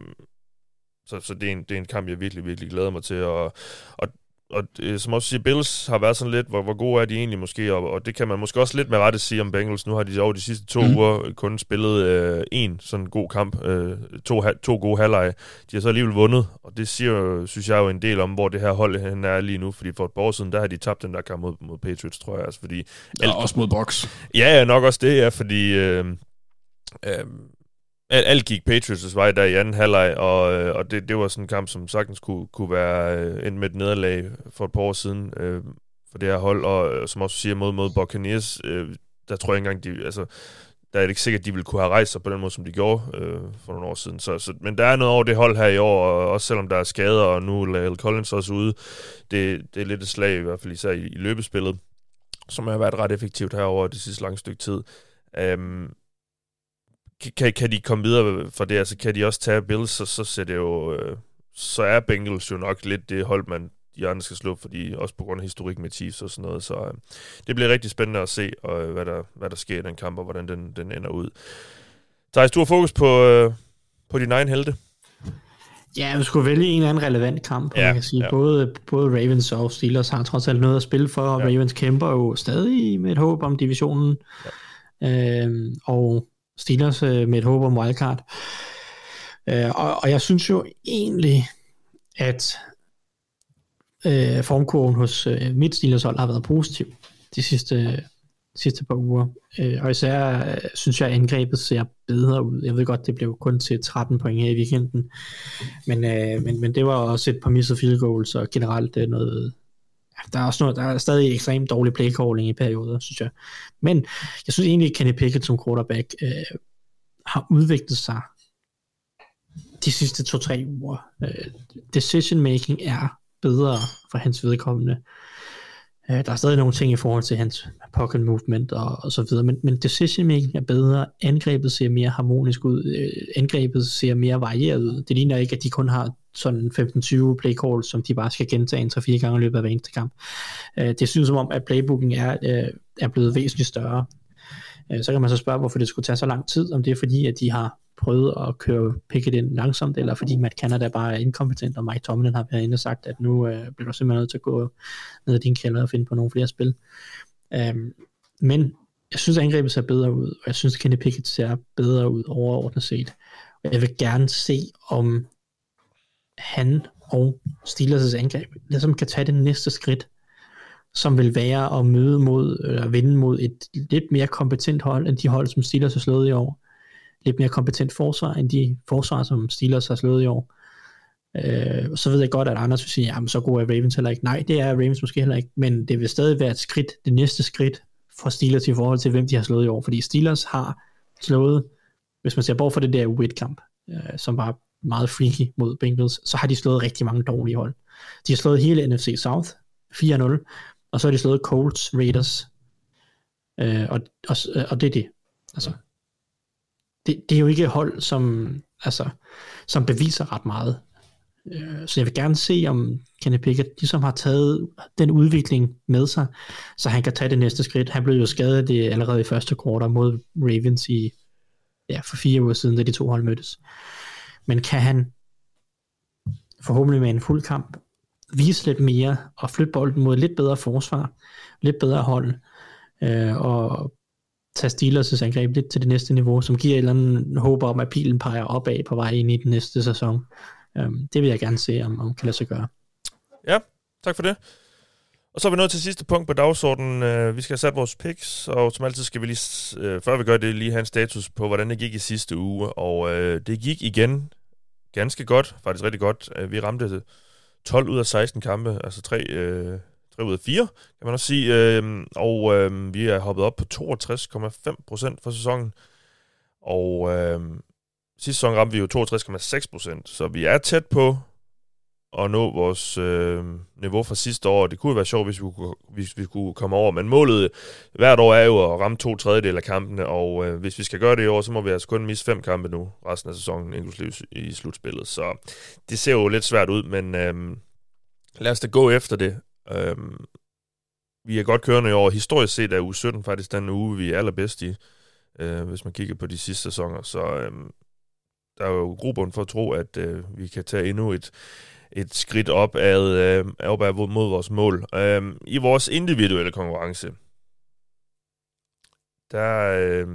Så det er en kamp, jeg virkelig, virkelig glæder mig til. Og som også siger, Bills har været sådan lidt, hvor gode er de egentlig måske, og det kan man måske også lidt med rette sige om Bengals. Nu har de over de sidste 2 uger kun spillet en sådan god kamp, to gode halvleje. De har så alligevel vundet, og det synes jeg jo en del om, hvor det her hold er lige nu, fordi for et par år siden, der har de tabt den der kamp mod Patriots, tror jeg. Altså, fordi
også mod Bucs.
Ja, nok også det, ja, fordi alt gik Patriots' vej der i anden halvleg, og det var sådan en kamp, som sagtens kunne være endt med et nederlag for et par år siden for det her hold, og som også siger mod Buccaneers, der tror jeg ikke engang, der er det ikke sikkert, at de ville kunne have rejst sig på den måde, som de gjorde for nogle år siden. Men der er noget over det hold her i år, og også selvom der er skader, og nu er La'el Collins også ude, det er lidt et slag, i hvert fald især i løbespillet, som har været ret effektivt herover det sidste lange stykke tid. Kan de komme videre fra det? Altså, kan de også tage Bills, så ser det jo, så er Bengals jo nok lidt det hold, de andre skal slå, fordi også på grund af historik med Chiefs og sådan noget. Så det bliver rigtig spændende at se, og hvad der sker i den kamp, og hvordan den ender ud. Thijs, du har fokus på dine egen helte.
Ja, vi skulle vælge en eller anden relevant kamp, man kan sige. Ja. Både Ravens og Steelers har trods alt noget at spille for, og Ravens kæmper jo stadig med et håb om divisionen. Ja. Og Steelers med et håb om wildcard. Og jeg synes jo egentlig, at formkurven hos mit Steelers hold har været positiv de sidste par uger. Og især synes jeg, at angrebet ser bedre ud. Jeg ved godt, det blev kun til 13 point her i weekenden. Men det var også et par missede field goals, og generelt noget. Der er stadig ekstremt dårlig playcalling i perioder, synes jeg. Men jeg synes egentlig, at Kenny Pickett som quarterback har udviklet sig de sidste 2-3 uger. Decision making er bedre for hans vedkommende. Der er stadig nogle ting i forhold til hans pocket movement og så videre, men decision making er bedre, angrebet ser mere harmonisk ud, angrebet ser mere varieret ud. Det ligner ikke, at de kun har sådan 15-20 play calls, som de bare skal gentage 3-4 gange i løbet af hver eneste kamp. Det synes som om, at playbooken er blevet væsentligt større. Så kan man så spørge, hvorfor det skulle tage så lang tid, om det er fordi, at de har prøvet at køre Pickett ind langsomt, eller fordi Matt Canada bare er inkompetent, og Mike Tomlin har været inde og sagt, at nu bliver du simpelthen nødt til at gå ned i din kælder og finde på nogle flere spil. Men jeg synes, at angrebet ser bedre ud, og jeg synes, at Kenny Pickett ser bedre ud overordnet set. Og jeg vil gerne se, om han og Steelers' angreb ligesom kan tage det næste skridt, som vil være at møde mod, eller vinde mod et lidt mere kompetent hold, end de hold, som Steelers har slået i år. Lidt mere kompetent forsvar, end de forsvar, som Steelers har slået i år. Så ved jeg godt, at Anders vil sige, jamen så gode er Ravens heller ikke. Nej, det er Ravens måske heller ikke, men det vil stadig være et skridt, det næste skridt for Steelers i forhold til, hvem de har slået i år. Fordi Steelers har slået, hvis man ser bort fra det der Witt-kamp, som var meget freaky mod Bengals, så har de slået rigtig mange dårlige hold. De har slået hele NFC South 4-0, og så har de slået Colts, Raiders, og det er det. Altså, det er jo ikke et hold, som beviser ret meget. Så jeg vil gerne se, om Kenny Pickett ligesom har taget den udvikling med sig, så han kan tage det næste skridt. Han blev jo skadet det allerede i første kvartal mod Ravens for 4 uger siden, da de to hold mødtes. Men kan han forhåbentlig med en fuld kamp vise lidt mere og flytte bolden mod lidt bedre forsvar, lidt bedre hold, og tage Steelers' angreb lidt til det næste niveau, som giver et eller andet håb om, at pilen peger opad på vej ind i den næste sæson. Det vil jeg gerne se, om kan lade sig gøre.
Ja, tak for det. Og så er vi nået til sidste punkt på dagsordenen. Vi skal have sat vores picks, og som altid skal vi lige, før vi gør det, lige have en status på, hvordan det gik i sidste uge. Og det gik igen ganske godt, faktisk rigtig godt. Vi ramte 12 ud af 16 kampe, altså 3 ud af 4, kan man også sige. Vi er hoppet op på 62,5% for sæsonen. Og sidste sæson ramte vi jo 62,6%, så vi er tæt på at nå vores niveau fra sidste år. Det kunne være sjovt, hvis vi kunne komme over, men målet hvert år er jo at ramme 2/3 af kampene, og hvis vi skal gøre det i år, så må vi altså kun misse 5 kampe nu, resten af sæsonen, inklusive i slutspillet. Så det ser jo lidt svært ud, men lad os da gå efter det. Vi er godt kørende i år. Historisk set er uge 17 faktisk den uge, vi er allerbedst i, hvis man kigger på de sidste sæsoner. Så der er jo grobund for at tro, at vi kan tage endnu et skridt opad mod vores mål. I vores individuelle konkurrence, der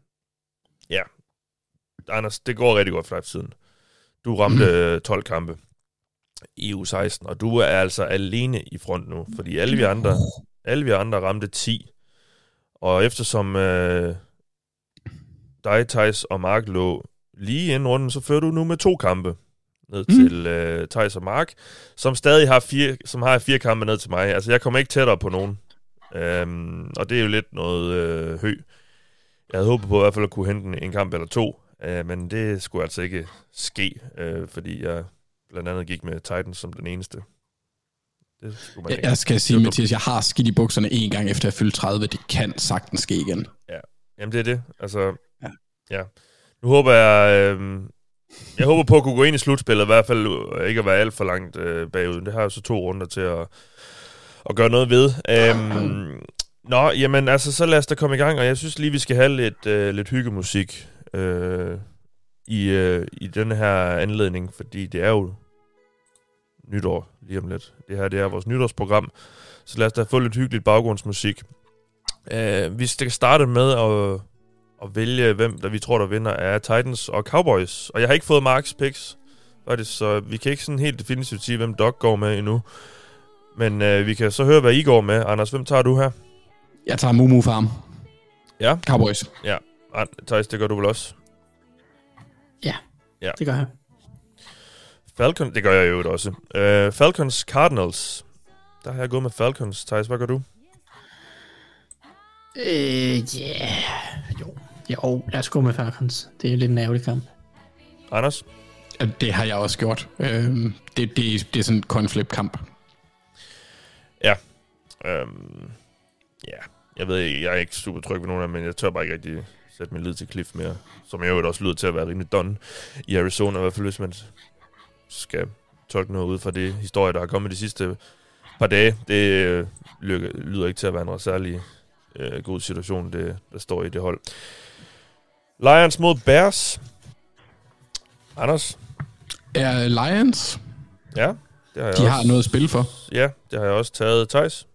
Anders, det går rigtig godt for dig siden. Du ramte 12 kampe i uge 16, og du er altså alene i front nu, fordi alle vi andre ramte 10. Og eftersom dig, Thijs og Mark lå lige inden runden, så fører du nu med 2 kampe ned til Thijs og Mark, som stadig har 4 kampe ned til mig. Altså, jeg kommer ikke tættere på nogen. Og det er jo lidt noget hø. Jeg havde håbet på i hvert fald at kunne hente en kamp eller 2, men det skulle altså ikke ske, fordi jeg blandt andet gik med Titans som den eneste.
Jeg skal sige, Mathias, jeg har skidt i bukserne 1 gang efter jeg fyldte 30. Det kan sagtens ske igen.
Ja, jamen det er det. Altså, ja. Nu håber jeg håber på at kunne gå ind i slutspillet, i hvert fald ikke at være alt for langt bagud. Det har jo så 2 runder til at gøre noget ved. Jamen altså, så lad os da komme i gang, og jeg synes lige, vi skal have lidt hyggemusik i denne her anledning, fordi det er jo nytår lige om lidt. Det her, det er vores nytårsprogram, så lad os da få lidt hyggeligt baggrundsmusik. Vi skal starte med at vælge, hvem der vi tror, der vinder, er Titans og Cowboys. Og jeg har ikke fået Marks picks, faktisk, så vi kan ikke sådan helt definitivt sige, hvem Doc går med endnu. Men vi kan så høre, hvad I går med. Anders, hvem tager du her?
Jeg tager Mumu Farm.
Ja?
Cowboys.
Ja. Thijs, det gør du vel også?
Ja, det gør jeg.
Falcons, det gør jeg jo også. Falcons Cardinals. Der har jeg gået med Falcons. Thijs, hvad gør du?
Jo, lad os gå med Falcons. Det er lidt en ærgerlig kamp.
Anders?
Det har jeg også gjort. Det er sådan en coin flip kamp.
Ja. Ja, jeg ved ikke, jeg er ikke super tryg ved nogen af dem, men jeg tør bare ikke rigtig sætte min lid til Cliff mere, som jeg jo også lyder til at være rimelig done i Arizona, i hvert fald hvis man skal tolke noget ud fra det historie, der har kommet de sidste par dage. Det lyder ikke til at være en særlig god situation, det, der står i det hold. Lions mod Bears. Anders?
Er Lions?
Ja, det har jeg
De
også.
har noget at spille for.
Ja, det har jeg også taget. Theis?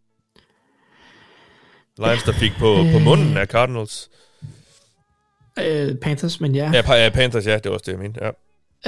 Lions, der fik på munden af Cardinals.
Panthers, men ja.
Ja, Panthers, ja, det var også det, jeg mente. Ja.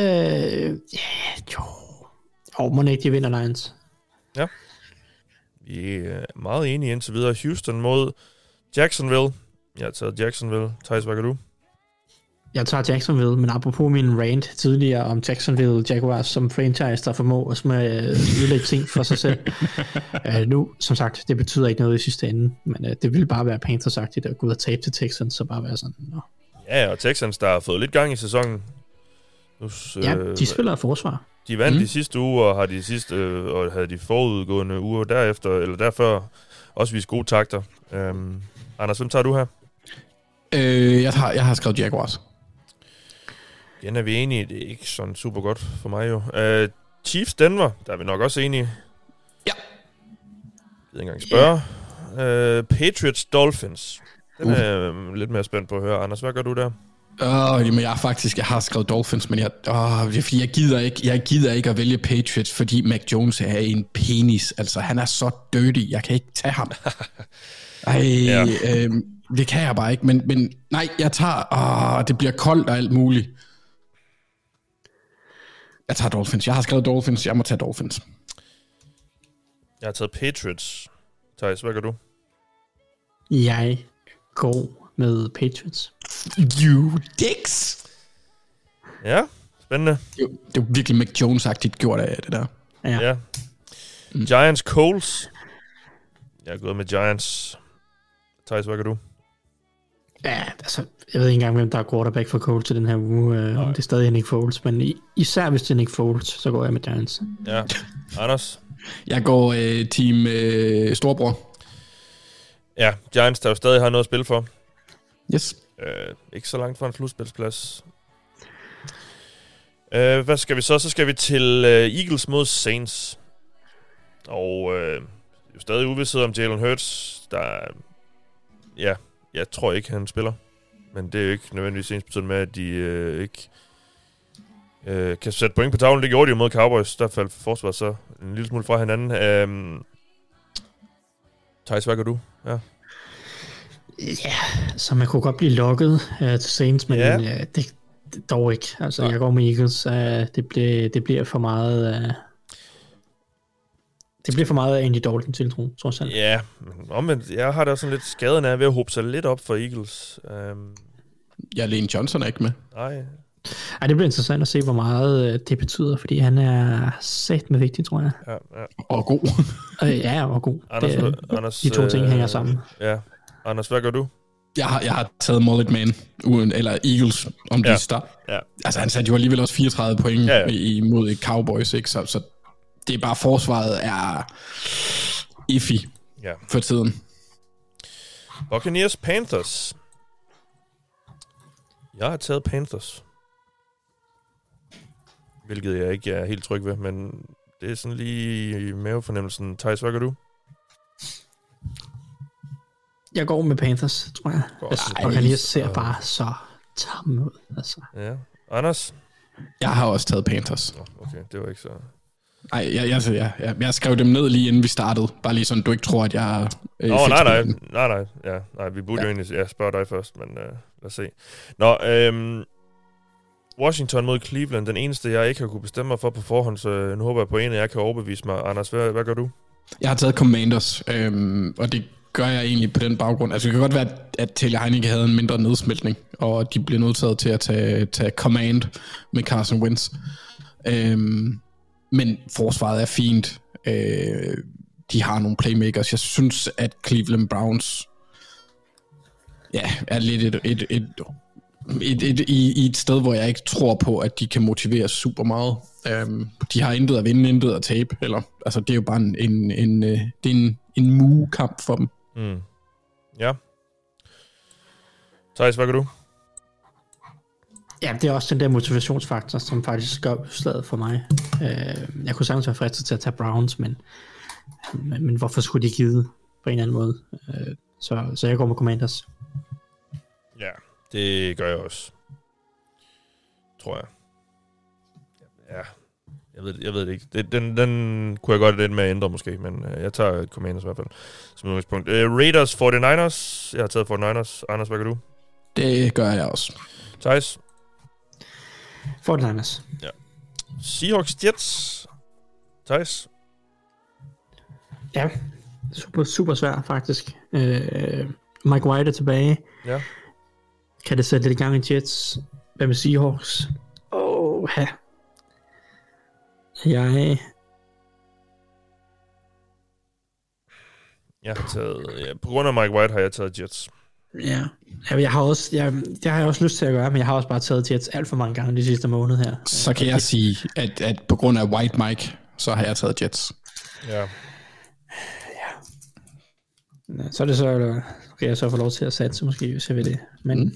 Jo, må ikke de vinder Lions.
Ja. Vi er meget enige indtil videre. Houston mod Jacksonville. Jeg har taget Jacksonville. Theis, hvad gør du?
Jeg tager Jacksonville, men apropos min rant tidligere om Jacksonville Jaguars som franchise, der formår at udlægge ting for sig selv. Nu, som sagt, det betyder ikke noget i sidste ende, men det ville bare være Panthers-agtigt at gå ud og tabe til Texans, så bare være sådan. Nå.
Ja, og Texans, der har fået lidt gang i sæsonen.
Ja, de spiller forsvar.
De vandt de sidste uger, og havde de forudgående uger derefter, eller derfor også vist gode takter. Anders, hvem tager du her?
Jeg har skrevet Jaguars.
Igen er vi enige, det er ikke sådan super godt for mig jo. Chiefs Denver, der er vi nok også enige.
Ja.
Jeg vil ikke engang spørge. Patriots Dolphins. Den er jeg lidt mere spændt på at høre. Anders, hvad gør du der?
Jamen jeg har skrevet Dolphins, men det er fordi jeg gider ikke at vælge Patriots, fordi Mac Jones er en penis. Altså han er så dirty, jeg kan ikke tage ham. Det kan jeg bare ikke, men nej, jeg tager, det bliver koldt og alt muligt. Jeg tager Dolphins. Jeg har skrevet Dolphins, jeg må tage Dolphins.
Jeg har taget Patriots. Theis, hvad gør du?
Jeg går med Patriots.
You dicks!
Ja, spændende.
Det er virkelig Mac Jones-agtigt gjort af det der.
Ja. Giants Coles. Jeg er gået med Giants. Theis, hvad gør du?
Ja, altså, jeg ved ikke engang, hvem der er quarterback for Colts til den her uge. Om det er stadig Nick Foles, men især hvis det er Nick Foles, så går jeg med Giants.
Ja. Anders?
Jeg går team Storbror.
Ja, Giants, der jo stadig har noget at spille for.
Yes.
Ikke så langt fra en slutspilsplads. Hvad skal vi så? Så skal vi til Eagles mod Saints. Og jo stadig uvidsthed om Jalen Hurts, der jeg tror ikke, han spiller. Men det er jo ikke nødvendigvis ens betydende med, at de ikke kan sætte point på tavlen. Det gjorde de jo mod Cowboys. Der faldt forsvaret så en lille smule fra hinanden. Theis, hvad gør du? Ja.
Ja, så man kunne godt blive lokket til Saints, men det dog ikke. Altså, jeg går med Eagles. Det bliver for meget... Det bliver for meget af Andy Dalton tiltro, trods alt.
Ja, men jeg har da sådan lidt skaden af ved at håbe sig lidt op for Eagles.
Ja, Lane Johnson er ikke med.
Nej.
Ej, det bliver interessant at se, hvor meget det betyder, fordi han er satme vigtig, tror jeg.
Ja.
Og god.
Og god.
Anders,
de to ting hænger sammen.
Ja. Anders, hvad gør du?
Jeg har taget Mullet Man, eller Eagles, om de starter.
Ja.
Altså, han satte jo alligevel også 34 point imod Cowboys, ikke? Så det er bare, forsvaret er iffy for tiden.
Buccaneers Panthers. Jeg har taget Panthers. Hvilket jeg ikke er helt tryg ved, men det er sådan lige i mavefornemmelsen. Theis, hvad gør du?
Jeg går med Panthers, tror jeg. Buccaneers ser bare så tamme ud. Altså.
Ja. Anders?
Jeg har også taget Panthers.
Okay, det var ikke så...
Nej, jeg skrev dem ned lige inden vi startede. Bare lige sådan, du ikke tror, at jeg...
Nej. Ja, vi burde jo egentlig spørge dig først, men lad os se. Nå, Washington mod Cleveland, den eneste, jeg ikke har kunne bestemme mig for på forhånd, så nu håber jeg på en, at jeg kan overbevise mig. Anders, hvad gør du?
Jeg har taget Commanders, og det gør jeg egentlig på den baggrund. Altså, det kan godt være, at Taylor Heinicke havde en mindre nedsmeltning, og de blev nødt til at tage command med Carson Wentz. Men forsvaret er fint. De har nogle playmakers. Jeg synes, at Cleveland Browns er lidt et I et sted, hvor jeg ikke tror på, at de kan motivere super meget. De har intet at vinde, intet at tabe. Eller, altså, det er jo bare en mugekamp for dem.
Mm. Ja. Thijs, hvad gør du?
Ja, det er også den der motivationsfaktor, som faktisk gør slaget for mig. Jeg kunne sagtens være fristet til at tage Browns, men hvorfor skulle de give på en eller anden måde? Så jeg går med Commanders.
Ja, det gør jeg også. Tror jeg. Ja, jeg ved det ikke. Den kunne jeg godt lidt med at ændre måske, men jeg tager Commanders i hvert fald som udgangspunkt. Raiders 49ers. Jeg har taget 49ers. Anders, hvad gør du?
Det gør jeg også.
Thijs?
49ers.
Ja. Seahawks Jets. Thijs?
Ja, super svær faktisk. Mike White er tilbage.
Ja.
Kan det sætte lidt i gang i Jets? Hvad med Seahawks?
Jeg har taget... på grund af Mike White har jeg taget Jets.
Ja, jeg har også, det har jeg også lyst til at gøre, men jeg har også bare taget Jets alt for mange gange de sidste måned her.
Så kan jeg sige, at på grund af White Mike, så har jeg taget Jets.
Ja.
Så er det så, kan jeg så få lov til at satse måske, hvis jeg vil det. Men...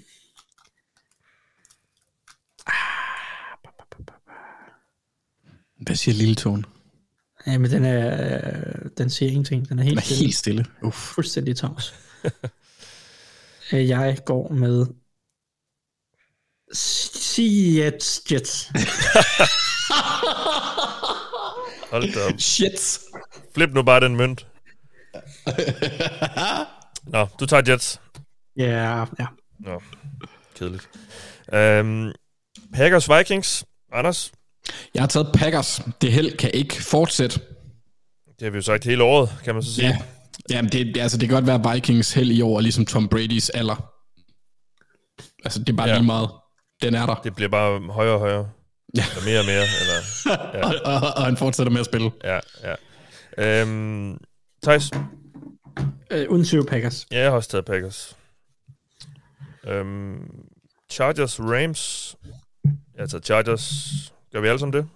Hvad siger lille tone?
Ja, men den siger ingenting. Den er helt stille.
Helt stille.
Fuldstændig tavs. Jeg går med Jets.
Hold da op.
Shit.
Flip nu bare den mønt. Nå, du tager Jets.
Ja.
Nå, kedeligt. Packers Vikings. Anders?
Jeg har taget Packers. Det held kan ikke fortsætte.
Det har vi jo sagt hele året, kan man så sige.
Ja. Jamen, det kan godt være Vikings held i år, ligesom Tom Bradys alder. Altså, det er bare lige meget. Den er der.
Det bliver bare højere og højere. Ja. Eller mere og mere. Eller, ja.
og han fortsætter med at spille.
Ja. Thijs?
Uden tvivl Packers.
Ja, jeg har også taget Packers. Chargers Rams. Jeg har taget Chargers. Gør vi alle sammen det?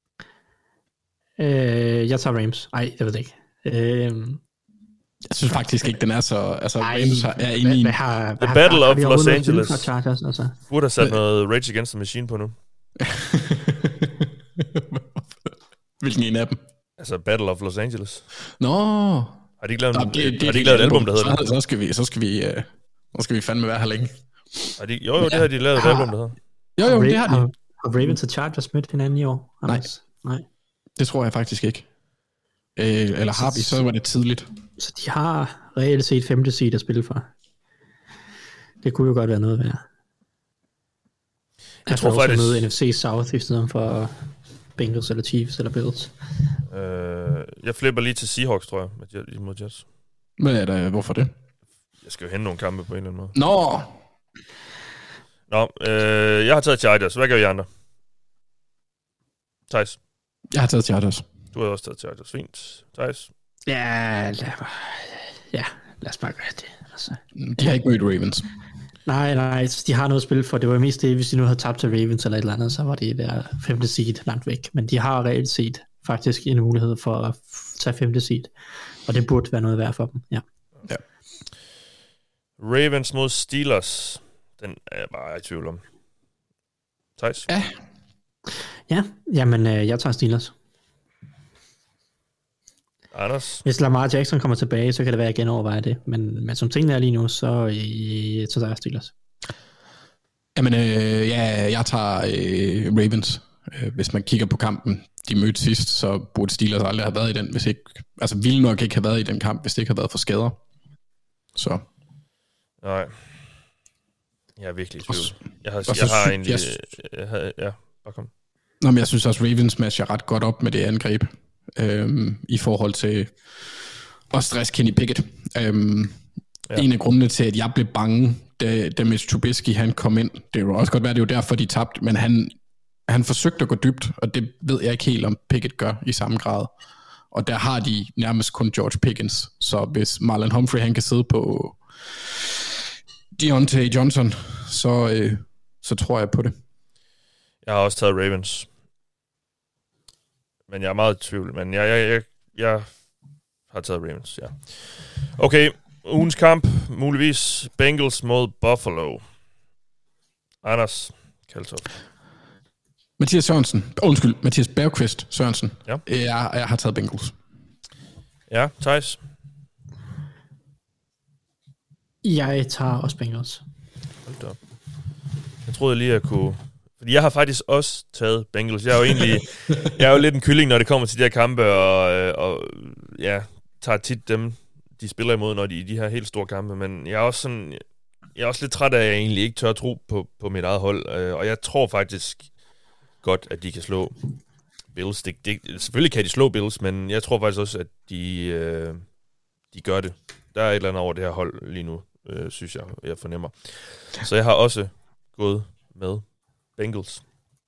Jeg tager Rams. Ej, jeg ved det ikke.
Jeg synes faktisk ikke, den er så... Altså, Rams er inde i...
The Battle of Los Angeles.
Chargers, altså.
Burde have sat noget Rage Against the Machine på nu.
Hvilken en af dem?
Altså Battle of Los Angeles.
Nå.
Har de ikke lavet et album, der hedder det?
Så skal vi fandme være her længe.
Jo, det har de lavet et album, der hedder.
Jo, det har de.
Har Ravens og Chargers mødt hinanden i år? Nej. Det
tror jeg faktisk ikke. Eller har vi, så var det tidligt.
Så de har reelt set 5. seed at spille for. Det kunne jo godt være noget værd. Jeg tror faktisk møde NFC South i stedet for Bengals eller Chiefs eller Bills.
Jeg flipper lige til Seahawks, tror jeg, mod Jets.
Men hvorfor det?
Jeg skal jo hente nogle kampe på en eller anden måde.
Nå,
jeg har taget Chargers. Hvad gør I andre? Thijs?
Jeg har taget Chargers.
Du har også taget Chargers. Fint. Thijs?
Ja, lad os bare gøre det. Altså.
De har ikke mødt Ravens.
Nej, de har noget at spille for. Det var mest det, hvis de nu havde tabt til Ravens eller et eller andet, så var det der 5. seed langt væk. Men de har reelt set faktisk en mulighed for at tage 5. seed. Og det burde være noget værd for dem, ja.
Ravens mod Steelers. Den er jeg bare i tvivl om. Thijs?
Ja, jamen jeg tager Steelers.
Anders?
Hvis Lamar Jackson kommer tilbage, så kan det være, at jeg genovervejer det. Men som tingene er lige nu, så tager jeg Steelers.
Jamen, jeg tager Ravens. Hvis man kigger på kampen, de mødte sidst, så burde Steelers aldrig have været i den, hvis ikke... Altså, ville nok ikke have været i den kamp, hvis det ikke havde været for skader. Så...
Nej. Jeg er virkelig i tvivl. Jeg har egentlig... Ja, bare kom.
Nå, men jeg synes også, Ravens matcher ret godt op med det angreb. I forhold til at stresse Kenny Pickett. En af grundene til, at jeg blev bange, da Mitch Trubisky han kom ind, det var også godt være, det er jo derfor, de tabte, men han forsøgte at gå dybt, og det ved jeg ikke helt, om Pickett gør i samme grad. Og der har de nærmest kun George Pickens, så hvis Marlon Humphrey han kan sidde på Deontay Johnson, så tror jeg på det.
Jeg har også taget Ravens. Men jeg er meget i tvivl. Men jeg har taget Ravens, ja. Okay, ugens kamp. Muligvis Bengals mod Buffalo. Anders Kaltoft.
Mathias Bergqvist Sørensen.
Ja.
Jeg har taget Bengals.
Ja, Thijs.
Jeg tager også Bengals.
Hold da op. Jeg troede lige, jeg kunne... Fordi jeg har faktisk også taget Bengals. Jeg er jo lidt en kylling, når det kommer til de her kampe, og tager tit dem, de spiller imod, når de i de her helt store kampe. Men jeg er også lidt træt af, at jeg egentlig ikke tør tro på mit eget hold. Og jeg tror faktisk godt, at de kan slå Bills. Selvfølgelig kan de slå Bills, men jeg tror faktisk også, at de gør det. Der er et eller andet over det her hold lige nu, synes jeg fornemmer. Så jeg har også gået med Bengals.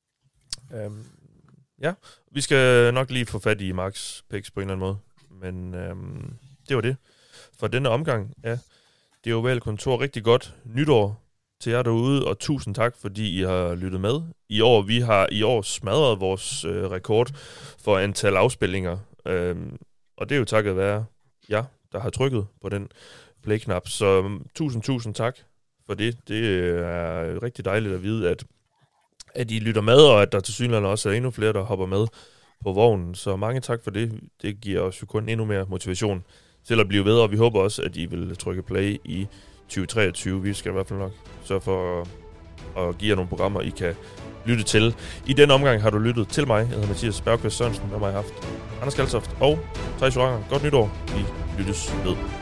Vi skal nok lige få fat i Max picks på en eller anden måde. Men det var det for denne omgang. Ja, det er jo vel kontor rigtig godt nytår til jer derude, og tusind tak, fordi I har lyttet med. Vi har i år smadret vores rekord for antal afspilninger, og det er jo takket være jer, der har trykket på den play-knap. Så tusind tak for det. Det er rigtig dejligt at vide, at I lytter med, og at der tilsyneladende også er endnu flere, der hopper med på vognen. Så mange tak for det. Det giver os jo kun endnu mere motivation til at blive ved, og vi håber også, at I vil trykke play i 2023. Vi skal i hvert fald nok sørge for at give jer nogle programmer, I kan lytte til. I den omgang har du lyttet til mig. Jeg hedder Mathias Bergqvist Sørensen, og mig har haft Anders Kaltoft og Thijs Joranger. Godt nytår. Vi lyttes ved.